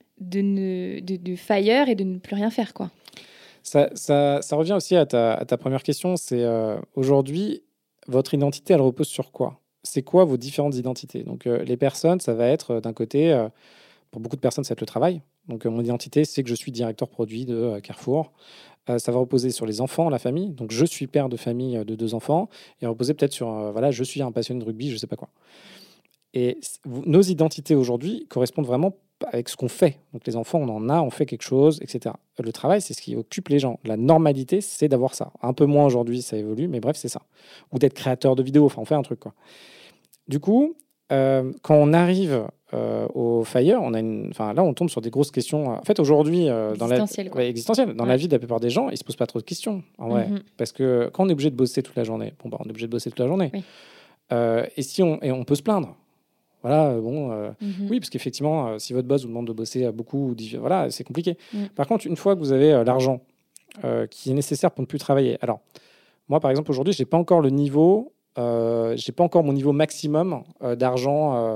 FIRE et de ne plus rien faire, quoi. Ça revient aussi à ta première question. C'est aujourd'hui, votre identité, elle repose sur quoi ? C'est quoi vos différentes identités ? Donc, les personnes, ça va être d'un côté, pour beaucoup de personnes, ça va être le travail. Donc, mon identité, c'est que je suis directeur produit de Carrefour. Ça va reposer sur les enfants, la famille. Donc, je suis père de famille de 2 enfants. Et reposer peut-être sur, je suis un passionné de rugby, je ne sais pas quoi. Et nos identités aujourd'hui correspondent vraiment avec ce qu'on fait. Donc les enfants, on fait quelque chose, etc. Le travail, c'est ce qui occupe les gens. La normalité, c'est d'avoir ça. Un peu moins aujourd'hui, ça évolue, mais bref, c'est ça. Ou d'être créateur de vidéos, on fait un truc, quoi. Du coup, quand on arrive au FIRE, là, on tombe sur des grosses questions. En fait, aujourd'hui, existentielles. Dans la vie de la plupart des gens, ils ne se posent pas trop de questions, en vrai. Parce que quand on est obligé de bosser toute la journée, on est obligé de bosser toute la journée. Oui. Et on peut se plaindre. Voilà, oui, parce qu'effectivement, si votre boss vous demande de bosser beaucoup, c'est compliqué. Par contre, une fois que vous avez l'argent qui est nécessaire pour ne plus travailler. Alors, moi, par exemple, aujourd'hui, j'ai pas encore le niveau, j'ai pas encore mon niveau maximum d'argent.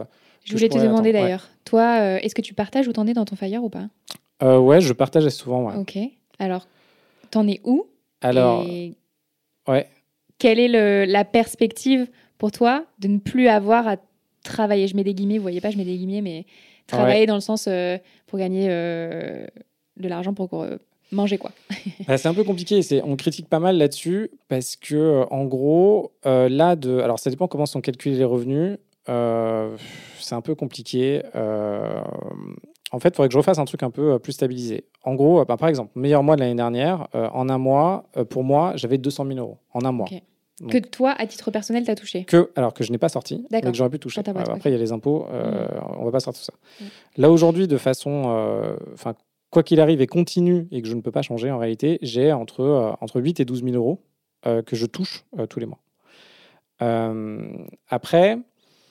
Je voulais te demander d'ailleurs, toi, est-ce que tu partages où t'en es dans ton FIRE ou pas ? Ouais, je partage assez souvent. Ouais. Ok. Alors, t'en es où ? Alors, ouais. Quelle est la perspective pour toi de ne plus avoir à travailler ? Je mets des guillemets, vous voyez pas, je mets des guillemets, mais travailler dans le sens pour gagner de l'argent pour manger, quoi. C'est un peu compliqué. On critique pas mal là-dessus parce que, en gros, alors ça dépend comment sont calculés les revenus. C'est un peu compliqué. En fait, il faudrait que je refasse un truc un peu plus stabilisé. En gros, par exemple, meilleur mois de l'année dernière, en un mois, pour moi, j'avais 200 000 euros en un mois. Okay. Donc, que toi, à titre personnel, tu as touché ? Alors que je n'ai pas sorti, mais que j'aurais pu toucher. Après, il y a les impôts, on ne va pas sortir tout ça. Là, aujourd'hui, de façon... quoi qu'il arrive et continue, et que je ne peux pas changer en réalité, j'ai entre 8 et 12 000 euros que je touche tous les mois. Après...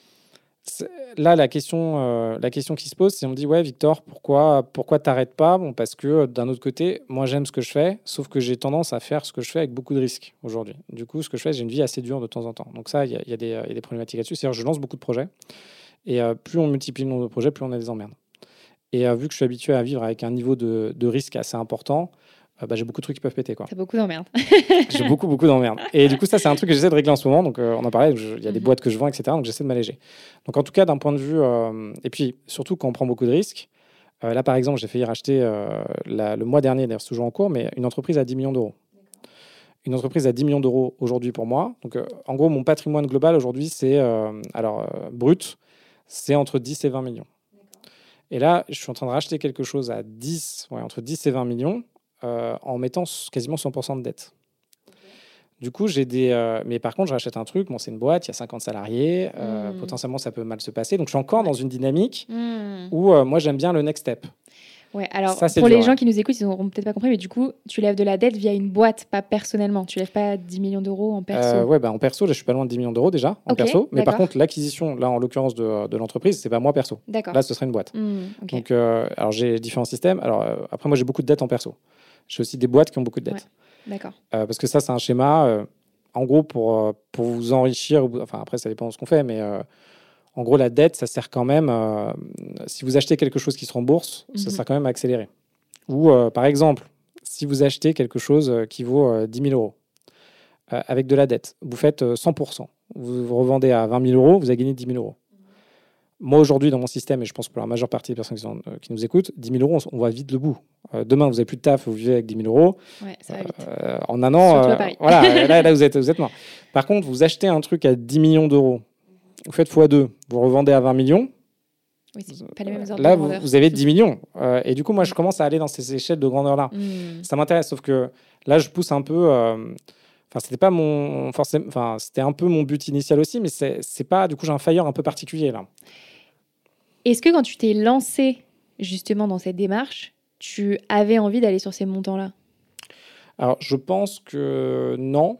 Là, la question qui se pose, c'est on me dit ouais Victor, pourquoi t'arrêtes pas ? Bon, parce que d'un autre côté, moi j'aime ce que je fais, sauf que j'ai tendance à faire ce que je fais avec beaucoup de risques aujourd'hui. Du coup, ce que je fais, j'ai une vie assez dure de temps en temps. Donc ça, il y a des problématiques là-dessus. C'est-à-dire, je lance beaucoup de projets, et plus on multiplie le nombre de projets, plus on a des emmerdes. Et vu que je suis habitué à vivre avec un niveau de risque assez important, j'ai beaucoup de trucs qui peuvent péter, quoi. T'as beaucoup d'emmerdes. J'ai beaucoup d'emmerdes. Et du coup, ça, c'est un truc que j'essaie de régler en ce moment. Donc, on en parlait, il y a des boîtes que je vends, etc. Donc, j'essaie de m'alléger. Donc, en tout cas, d'un point de vue... et puis, surtout, quand on prend beaucoup de risques, là, par exemple, j'ai failli racheter le mois dernier, d'ailleurs, c'est toujours en cours, mais une entreprise à 10 millions d'euros. Une entreprise à 10 millions d'euros aujourd'hui pour moi. Donc, en gros, mon patrimoine global aujourd'hui, c'est... brut, c'est entre 10 et 20 millions. Et là, je suis en train de racheter quelque chose à entre 10 et 20 millions. En mettant quasiment 100% de dette. Du coup, j'ai mais par contre, je rachète un truc. Bon, c'est une boîte, il y a 50 salariés. Potentiellement, ça peut mal se passer. Donc, je suis encore dans une dynamique où moi, j'aime bien le next step. Ouais, alors, ça, pour les gens qui nous écoutent, ils n'auront peut-être pas compris, mais du coup, tu lèves de la dette via une boîte, pas personnellement. Tu lèves pas 10 millions d'euros en perso. Ouais, en perso, là, je suis pas loin de 10 millions d'euros déjà, en perso. Mais par contre, l'acquisition, là, en l'occurrence, de l'entreprise, c'est pas moi perso. D'accord. Là, ce serait une boîte. Donc, alors, j'ai différents systèmes. Alors, après, moi, j'ai beaucoup de dettes en perso. J'ai aussi des boîtes qui ont beaucoup de dettes. Ouais, d'accord. Parce que ça, c'est un schéma, en gros, pour vous enrichir. Enfin, après, ça dépend de ce qu'on fait, mais en gros, la dette, ça sert quand même... si vous achetez quelque chose qui se rembourse, ça sert quand même à accélérer. Ou, par exemple, si vous achetez quelque chose qui vaut 10 000 euros avec de la dette, vous faites 100%. Vous revendez à 20 000 euros, vous avez gagné 10 000 euros. Moi, aujourd'hui, dans mon système, et je pense que pour la majeure partie des personnes qui nous écoutent, 10 000 euros, on va vite le bout. Demain, vous n'avez plus de taf, vous vivez avec 10 000 euros. Ouais, ça va vite. En un an, surtout à Paris. voilà, là vous êtes mort. Par contre, vous achetez un truc à 10 millions d'euros, vous faites x2, vous revendez à 20 millions. Oui, c'est pas les mêmes ordres là, de grandeur. vous avez 10 millions. Et du coup, moi, je commence à aller dans ces échelles de grandeur-là. Ça m'intéresse, sauf que là, je pousse un peu... c'était pas c'était un peu mon but initial aussi, mais c'est pas... Du coup, j'ai un FIRE un peu particulier, là. Est-ce que quand tu t'es lancé, justement, dans cette démarche, tu avais envie d'aller sur ces montants-là ? Alors, je pense que non.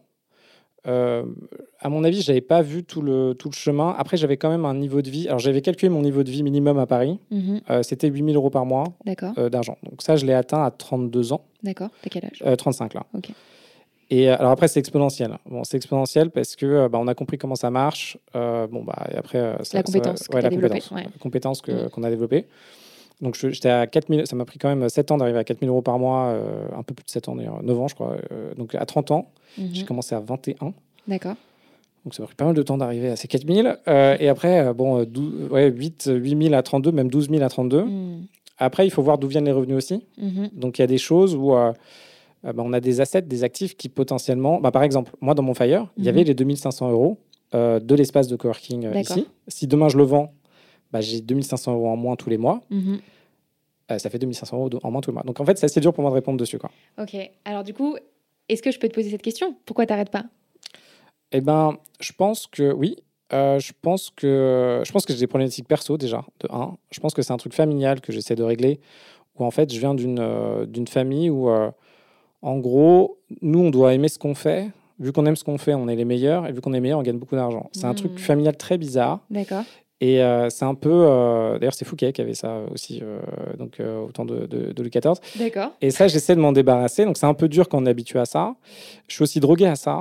À mon avis, je n'avais pas vu tout le chemin. Après, j'avais quand même un niveau de vie. Alors, j'avais calculé mon niveau de vie minimum à Paris. C'était 8 000 euros par mois d'argent. Donc ça, je l'ai atteint à 32 ans. D'accord. T'as quel âge ? 35, là. Ok. Et alors après, c'est exponentiel. Bon, c'est exponentiel parce que on a compris comment ça marche. Et après, la compétence que tu as développée. La compétence qu'on a développée. Donc, j'étais à 4 000. Ça m'a pris quand même 7 ans d'arriver à 4 000 euros par mois. Un peu plus de 7 ans d'ailleurs. 9 ans, je crois. Donc, à 30 ans, j'ai commencé à 21. D'accord. Donc, ça m'a pris pas mal de temps d'arriver à ces 4 000. Et après, 8 000 à 32, même 12 000 à 32. Après, il faut voir d'où viennent les revenus aussi. Donc, il y a des choses où... on a des assets, des actifs qui potentiellement... par exemple, moi, dans mon FIRE, il y avait les 2 500 euros de l'espace de coworking ici. Si demain, je le vends, j'ai 2 500 euros en moins tous les mois. Ça fait 2 500 euros en moins tous les mois. Donc, en fait, c'est assez dur pour moi de répondre dessus, quoi. Ok. Alors, du coup, est-ce que je peux te poser cette question ? Pourquoi tu n'arrêtes pas ? Je pense que oui. Je pense que j'ai des problématiques perso, déjà, de 1. Je pense que c'est un truc familial que j'essaie de régler, où, en fait, je viens d'une famille où... en gros, nous, on doit aimer ce qu'on fait. Vu qu'on aime ce qu'on fait, on est les meilleurs. Et vu qu'on est meilleurs, on gagne beaucoup d'argent. C'est un truc familial très bizarre. D'accord. Et c'est un peu... d'ailleurs, c'est Fouquet qui avait ça aussi, au temps de Louis XIV. D'accord. Et ça, j'essaie de m'en débarrasser. Donc, c'est un peu dur quand on est habitué à ça. Je suis aussi drogué à ça.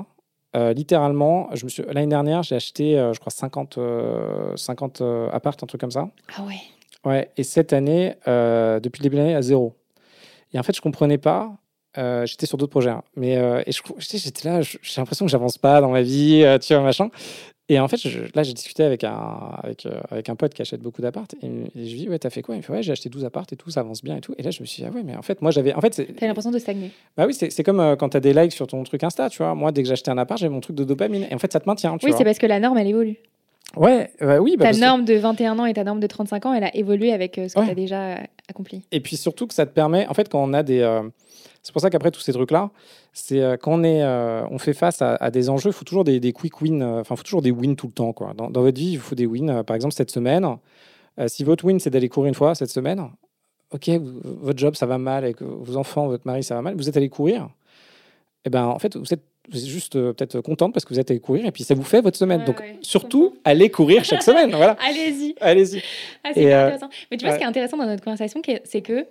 littéralement, l'année dernière, j'ai acheté, je crois, 50 apparts, un truc comme ça. Ah ouais. Ouais, et cette année, depuis le début de l'année, à zéro. Et en fait, je comprenais pas. J'étais sur d'autres projets, hein, mais j'étais là, j'ai l'impression que j'avance pas dans ma vie, tu vois, machin. Et en fait, là, j'ai discuté avec un pote qui achète beaucoup d'apparts. Et je lui dis, ouais, t'as fait quoi? Il me fait, ouais, j'ai acheté 12 apparts et tout, ça avance bien et tout. Et là, je me suis dit, ah ouais, mais en fait, moi, T'as l'impression de stagner. bah oui, c'est comme quand t'as des likes sur ton truc Insta, tu vois. Moi, dès que j'achetais un appart, j'avais mon truc de dopamine. Et en fait, ça te maintient, tu Oui, vois. c'est parce que la norme, elle évolue. Ouais, oui. Ta norme de 21 ans et ta norme de 35 ans, elle a évolué avec ce que tu as déjà accompli. Et puis surtout que ça te permet, en fait, quand on a des... c'est pour ça qu'après, tous ces trucs-là, c'est quand on fait face à des enjeux, il faut toujours des quick wins, il faut toujours des wins tout le temps, quoi. Dans votre vie, il faut des wins. Par exemple, cette semaine, si votre win, c'est d'aller courir une fois cette semaine, ok, votre job, ça va mal, avec vos enfants, votre mari, ça va mal, vous êtes allé courir, et ben en fait, vous êtes juste peut-être contente parce que vous êtes allé courir et puis ça vous fait votre semaine. Donc surtout, allez courir chaque semaine. Voilà. Allez-y. Ah, c'est intéressant. Mais tu vois, ce qui est intéressant dans notre conversation, c'est que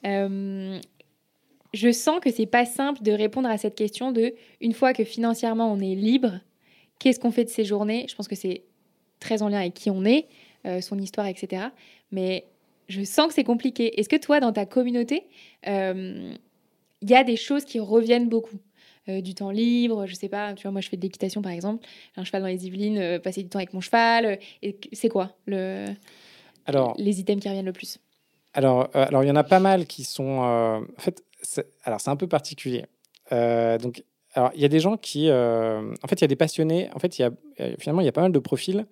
je sens que c'est pas simple de répondre à cette question de une fois que financièrement on est libre, qu'est-ce qu'on fait de ces journées? Je pense que c'est très en lien avec qui on est, son histoire, etc. Mais je sens que c'est compliqué. Est-ce que toi, dans ta communauté, il y a des choses qui reviennent beaucoup? Du temps libre, je sais pas, tu vois, moi je fais de l'équitation par exemple, j'ai un cheval dans les Yvelines, passer du temps avec mon cheval, et c'est quoi les items qui reviennent le plus? Alors il y en a pas mal qui sont, en fait, c'est un peu particulier. Donc, alors il y a des gens qui, en fait, il y a des passionnés, en fait, finalement il y a pas mal de profils.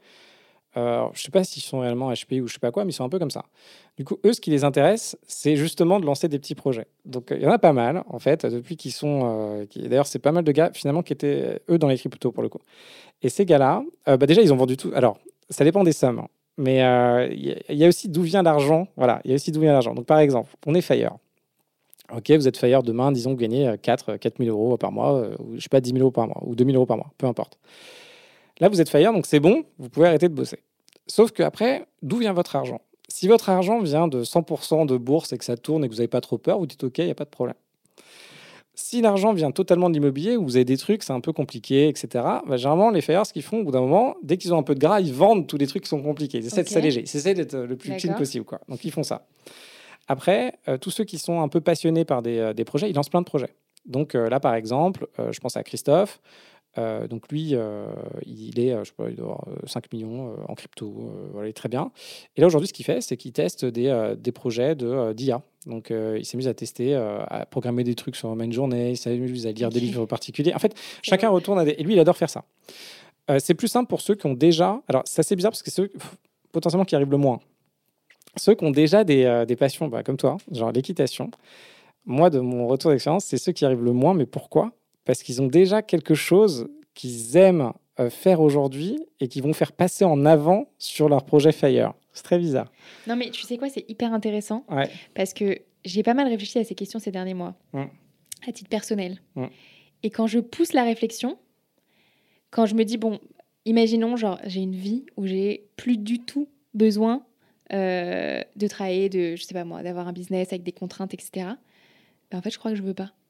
Je sais pas s'ils sont réellement HPI ou je sais pas quoi, mais ils sont un peu comme ça. Du coup, eux, ce qui les intéresse, c'est justement de lancer des petits projets. Donc, il y en a pas mal, en fait, depuis qu'ils sont... D'ailleurs, c'est pas mal de gars, finalement, qui étaient, eux, dans les cryptos, pour le coup. Et ces gars-là, déjà, ils ont vendu tout... Alors, ça dépend des sommes, hein, mais il y a aussi d'où vient l'argent. Voilà, il y a aussi d'où vient l'argent. Donc, par exemple, on est Fire. Ok, vous êtes Fire demain, disons, vous gagnez 4 000 euros par mois, ou je sais pas, 10 000 euros par mois, ou 2 000 euros par mois, peu importe. Là, vous êtes Fire, donc c'est bon, vous pouvez arrêter de bosser. Sauf qu'après, d'où vient votre argent? Si votre argent vient de 100% de bourse et que ça tourne et que vous n'avez pas trop peur, vous dites OK, il n'y a pas de problème. Si l'argent vient totalement de l'immobilier, où vous avez des trucs, c'est un peu compliqué, etc., généralement, les Fire, ce qu'ils font, au bout d'un moment, dès qu'ils ont un peu de gras, ils vendent tous les trucs qui sont compliqués. Ils essaient de s'alléger, ils essaient d'être le plus chill possible, quoi. Donc, ils font ça. Après, tous ceux qui sont un peu passionnés par des projets, ils lancent plein de projets. Donc là, par exemple, je pense à Christophe. Donc lui, il est, je sais pas, il doit avoir 5 millions en crypto, voilà, il est très bien. Et là, aujourd'hui, ce qu'il fait, c'est qu'il teste des projets d'IA. Donc, il s'amuse à tester, à programmer des trucs sur une journée, il s'amuse à lire des livres particuliers. En fait, chacun retourne Et lui, il adore faire ça. C'est plus simple pour ceux qui ont déjà... Alors, c'est assez bizarre parce que c'est ceux potentiellement qui arrivent le moins. Ceux qui ont déjà des passions, comme toi, genre l'équitation. Moi, de mon retour d'expérience, c'est ceux qui arrivent le moins. Mais pourquoi ? Parce qu'ils ont déjà quelque chose qu'ils aiment faire aujourd'hui et qu'ils vont faire passer en avant sur leur projet Fire. C'est très bizarre. Non, mais tu sais quoi, c'est hyper intéressant parce que j'ai pas mal réfléchi à ces questions ces derniers mois, à titre personnel. Et quand je pousse la réflexion, quand je me dis, bon, imaginons, genre, j'ai une vie où j'ai plus du tout besoin de travailler, je sais pas moi, d'avoir un business avec des contraintes, etc. En fait, je crois que je veux pas.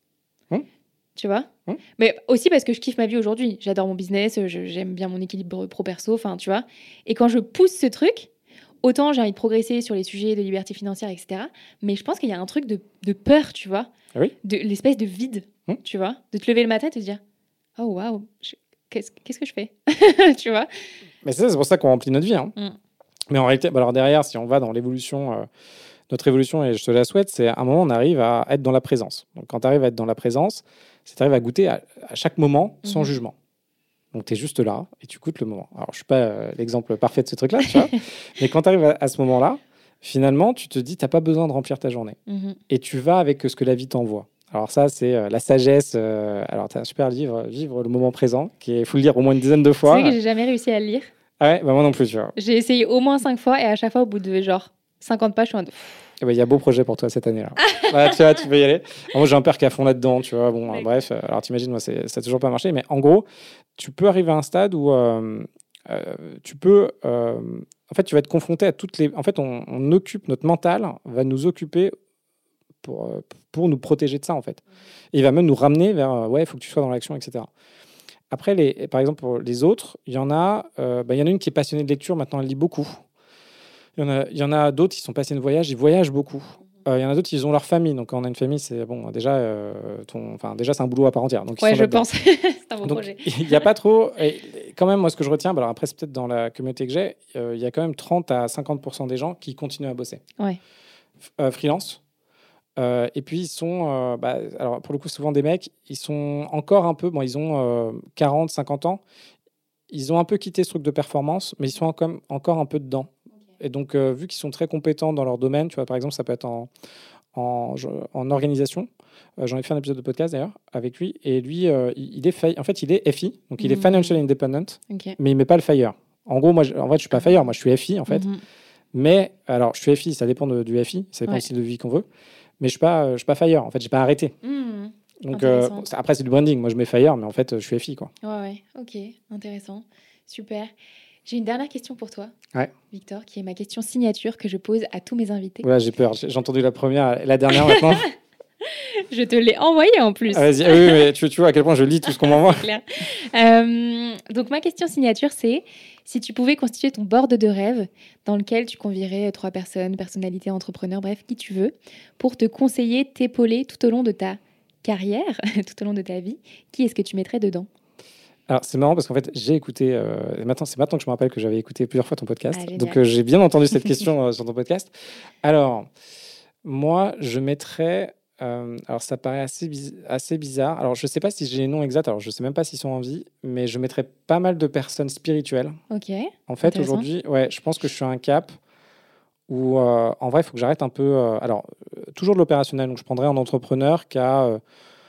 Tu vois, mais aussi parce que je kiffe ma vie aujourd'hui. J'adore mon business, j'aime bien mon équilibre pro-perso, enfin, tu vois. Et quand je pousse ce truc, autant j'ai envie de progresser sur les sujets de liberté financière, etc. Mais je pense qu'il y a un truc de peur, tu vois, de l'espèce de vide, tu vois, de te lever le matin et te dire, oh waouh, qu'est-ce que je fais, tu vois. Mais c'est pour ça qu'on remplit notre vie. Hein. Mais en réalité, alors derrière, si on va dans l'évolution, notre évolution, et je te la souhaite, c'est à un moment, on arrive à être dans la présence. Donc, quand tu arrives à être dans la présence, c'est tu arrives à goûter à chaque moment sans jugement. Donc, tu es juste là et tu goûtes le moment. Alors, je ne suis pas l'exemple parfait de ce truc-là, tu vois, mais quand tu arrives à ce moment-là, finalement, tu te dis, tu n'as pas besoin de remplir ta journée. Et tu vas avec ce que la vie t'envoie. Alors ça, c'est la sagesse. Alors, tu as un super livre, Vivre le moment présent, il faut le lire au moins une dizaine de fois. C'est vrai que j'ai jamais réussi à le lire. Ah ouais, moi non plus, tu vois. J'ai essayé au moins 5 fois et à chaque fois, au bout de genre 50 pages, je suis en... Il y a beau projet pour toi cette année-là. Tu vois, tu peux y aller. Alors, moi, j'ai un père qui est à fond là-dedans, tu vois. Bon, bref, alors t'imagines, moi, ça n'a toujours pas marché. Mais en gros, tu peux arriver à un stade où tu peux... en fait, tu vas être confronté à toutes les... En fait, on occupe, notre mental va nous occuper pour nous protéger de ça, en fait. Et il va même nous ramener vers, il faut que tu sois dans l'action, etc. Après, par exemple, pour les autres, il y en a une qui est passionnée de lecture, maintenant elle lit beaucoup. Il y en a d'autres qui sont passionnés de voyage, ils voyagent beaucoup. Il y en a d'autres, ils ont leur famille. Donc, quand on a une famille, c'est bon, déjà, déjà c'est un boulot à part entière. Donc, ouais, je pense. C'est un beau projet. Il n'y a pas trop. Et quand même, moi, ce que je retiens, alors après, c'est peut-être dans la communauté que j'ai, il y a quand même 30 à 50% des gens qui continuent à bosser. Ouais. Freelance. Et puis, ils sont. Alors, pour le coup, souvent des mecs, ils sont encore un peu. Bon, ils ont 40, 50 ans. Ils ont un peu quitté ce truc de performance, mais ils sont encore un peu dedans. Et donc, vu qu'ils sont très compétents dans leur domaine, tu vois, par exemple, ça peut être en organisation. J'en ai fait un épisode de podcast d'ailleurs avec lui. Et lui, il est FI, donc il est Financial Independent, mais il ne met pas le FIRE. En gros, moi, en fait, je ne suis pas FIRE, moi, je suis FI, en fait. Mais, alors, je suis FI, ça dépend du FI, ça dépend du style de vie qu'on veut. Mais je ne suis pas FIRE, en fait, je n'ai pas arrêté. Donc, après, c'est du branding. Moi, je mets FIRE, mais en fait, je suis FI, quoi. Ouais, ok, intéressant. Super. J'ai une dernière question pour toi, Victor, qui est ma question signature que je pose à tous mes invités. Ouais, j'ai peur. J'ai entendu la première, la dernière maintenant. Je te l'ai envoyée en plus. Vas-y. Oui, mais tu vois à quel point je lis tout ce qu'on m'envoie. C'est clair. Donc, ma question signature, c'est si tu pouvais constituer ton board de rêve dans lequel tu convierais 3 personnes, personnalités, entrepreneurs, bref, qui tu veux, pour te conseiller, t'épauler tout au long de ta carrière, tout au long de ta vie, qui est-ce que tu mettrais dedans ? Alors, c'est marrant parce qu'en fait, j'ai écouté... c'est maintenant que je me rappelle que j'avais écouté plusieurs fois ton podcast. Donc, j'ai bien entendu cette question sur ton podcast. Alors, moi, je mettrais... alors, ça paraît assez bizarre. Alors, je ne sais pas si j'ai les noms exacts. Alors, je ne sais même pas s'ils sont en vie. Mais je mettrais pas mal de personnes spirituelles. Ok. En fait, aujourd'hui, je pense que je suis à un cap où, en vrai, il faut que j'arrête un peu... toujours de l'opérationnel. Donc, je prendrais un entrepreneur qui a...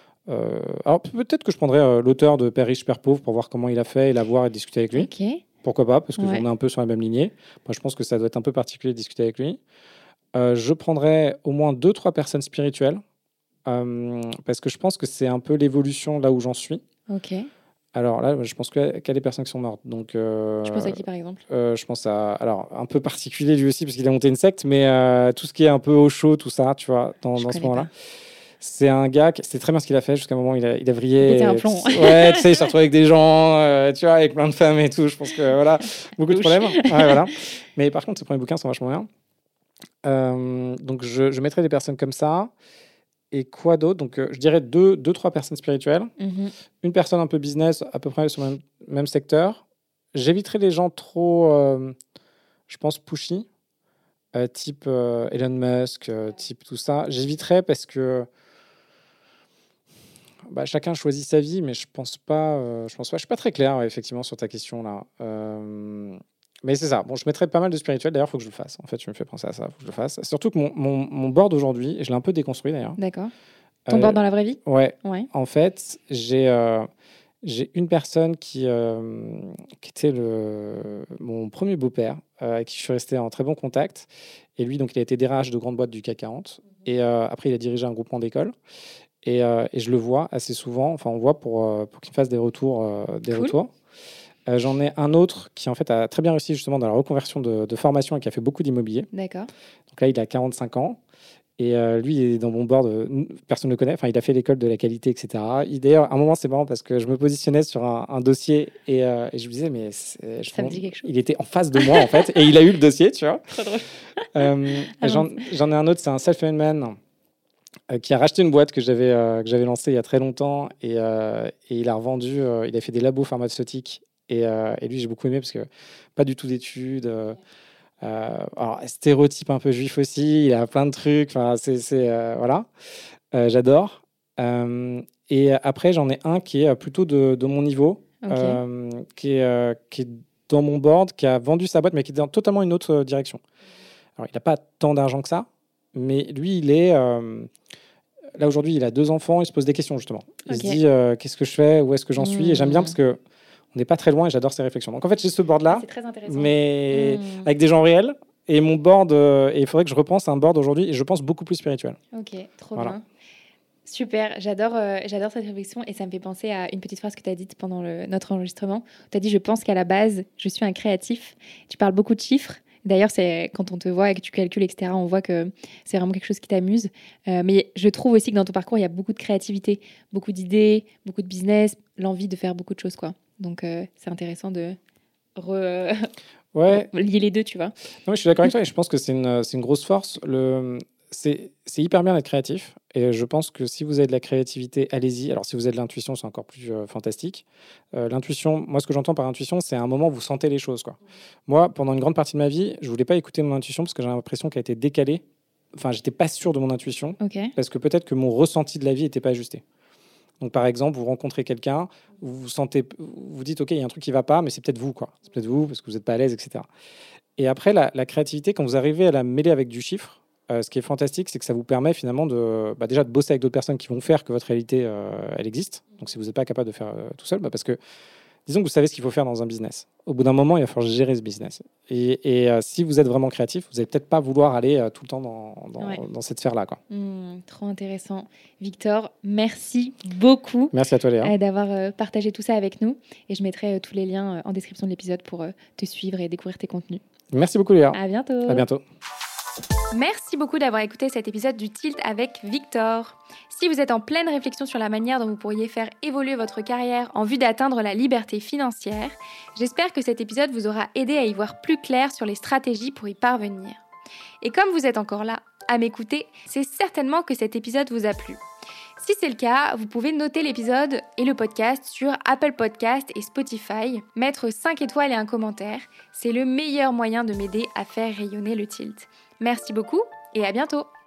alors peut-être que je prendrais l'auteur de Père riche, Père pauvre pour voir comment il a fait et la voir et discuter avec lui. Okay. Pourquoi pas, parce que on est un peu sur la même lignée. Moi, je pense que ça doit être un peu particulier de discuter avec lui. Je prendrais au moins 2-3 personnes spirituelles parce que je pense que c'est un peu l'évolution là où j'en suis. Ok. Alors là, je pense qu'il y a des personnes qui sont mortes. Donc, tu penses à qui, par exemple ? Je pense à... Alors, un peu particulier lui aussi, parce qu'il a monté une secte, mais tout ce qui est un peu au chaud, tout ça, tu vois, dans ce moment-là. C'est un gars, c'est très bien ce qu'il a fait jusqu'à un moment où il a vrillé. C'était un plomb. Ouais, tu sais, il s'est retrouvé avec des gens, tu vois, avec plein de femmes et tout. Je pense que voilà, beaucoup de problèmes. Ouais, voilà. Mais par contre, ses premiers bouquins sont vachement bien. Donc, je mettrais des personnes comme ça. Et quoi d'autre ? Donc, je dirais 2-3 personnes spirituelles. Une personne un peu business, à peu près sur le même secteur. J'éviterais les gens trop, je pense, pushy, type Elon Musk, type tout ça. J'éviterais parce que chacun choisit sa vie, mais je pense pas. Je suis pas très clair, effectivement, sur ta question là. Mais c'est ça. Bon, je mettrais pas mal de spirituel. D'ailleurs, il faut que je le fasse. En fait, tu me fais penser à ça. Il faut que je le fasse. Surtout que mon board aujourd'hui, je l'ai un peu déconstruit d'ailleurs. D'accord. Ton board dans la vraie vie ? Ouais. En fait, j'ai une personne qui était mon premier beau-père, avec qui je suis resté en très bon contact. Et lui, donc, il a été DRH de grandes boîtes du CAC 40. Et après, il a dirigé un groupement d'écoles. Et je le vois assez souvent. Enfin, on voit pour qu'il me fasse des retours. Retours. J'en ai un autre qui, en fait, a très bien réussi justement dans la reconversion de formation et qui a fait beaucoup d'immobilier. D'accord. Donc là, il a 45 ans. Et lui, il est dans mon board. Personne ne le connaît. Enfin, il a fait l'école de la qualité, etc. D'ailleurs, à un moment, c'est marrant parce que je me positionnais sur un dossier et je me disais, mais ça me dit quelque chose. Il était en face de moi, en fait. Et il a eu le dossier, tu vois. Trop drôle. J'en ai un autre, c'est un self-made man qui a racheté une boîte que j'avais lancée il y a très longtemps. Et il a revendu. Il a fait des labos pharmaceutiques. Et lui, j'ai beaucoup aimé parce que pas du tout d'études. Alors, stéréotype un peu juif aussi, il a plein de trucs. Enfin, voilà. J'adore. Et après, j'en ai un qui est plutôt de mon niveau, qui est dans mon board, qui a vendu sa boîte, mais qui est dans totalement une autre direction. Alors, il n'a pas tant d'argent que ça, mais lui, il est... là, aujourd'hui, il a 2 enfants, il se pose des questions, justement. Il se dit, qu'est-ce que je fais ? Où est-ce que j'en suis ? Et j'aime bien parce que on n'est pas très loin et j'adore ces réflexions. Donc en fait, j'ai ce board-là, c'est très intéressant. Mais avec des gens réels. Et mon board, et il faudrait que je repense à un board aujourd'hui, et je pense beaucoup plus spirituel. Ok, trop bien. Super, j'adore cette réflexion et ça me fait penser à une petite phrase que tu as dite pendant notre enregistrement. Tu as dit, je pense qu'à la base, je suis un créatif. Tu parles beaucoup de chiffres. D'ailleurs, c'est quand on te voit et que tu calcules, etc., on voit que c'est vraiment quelque chose qui t'amuse. Mais je trouve aussi que dans ton parcours, il y a beaucoup de créativité, beaucoup d'idées, beaucoup de business, l'envie de faire beaucoup de choses, quoi. Donc, c'est intéressant de lier les deux, tu vois. Non, je suis d'accord avec toi et je pense que c'est une grosse force. C'est hyper bien d'être créatif et je pense que si vous avez de la créativité, allez-y. Alors, si vous avez de l'intuition, c'est encore plus fantastique. L'intuition, moi, ce que j'entends par intuition, c'est à un moment où vous sentez les choses, quoi. Moi, pendant une grande partie de ma vie, je voulais pas écouter mon intuition parce que j'ai l'impression qu'elle était décalée. Enfin, j'étais pas sûr de mon intuition parce que peut-être que mon ressenti de la vie n'était pas ajusté. Donc, par exemple, vous rencontrez quelqu'un, vous dites, OK, il y a un truc qui va pas, mais c'est peut-être vous, quoi. C'est peut-être vous parce que vous n'êtes pas à l'aise, etc. Et après, la créativité, quand vous arrivez à la mêler avec du chiffre, ce qui est fantastique, c'est que ça vous permet finalement déjà de bosser avec d'autres personnes qui vont faire que votre réalité, elle existe. Donc, si vous n'êtes pas capable de faire tout seul, parce que disons que vous savez ce qu'il faut faire dans un business. Au bout d'un moment, il va falloir gérer ce business. Et si vous êtes vraiment créatif, vous n'allez peut-être pas vouloir aller tout le temps dans cette sphère-là, quoi. Trop intéressant. Victor, merci beaucoup. Merci à toi, Léa. D'avoir partagé tout ça avec nous. Et je mettrai tous les liens en description de l'épisode pour te suivre et découvrir tes contenus. Merci beaucoup, Léa. À bientôt. À bientôt. Merci beaucoup d'avoir écouté cet épisode du Tilt avec Victor. Si vous êtes en pleine réflexion sur la manière dont vous pourriez faire évoluer votre carrière en vue d'atteindre la liberté financière, j'espère que cet épisode vous aura aidé à y voir plus clair sur les stratégies pour y parvenir. Et comme vous êtes encore là à m'écouter, c'est certainement que cet épisode vous a plu. Si c'est le cas, vous pouvez noter l'épisode et le podcast sur Apple Podcast et Spotify, mettre 5 étoiles et un commentaire. C'est le meilleur moyen de m'aider à faire rayonner le Tilt. Merci beaucoup et à bientôt!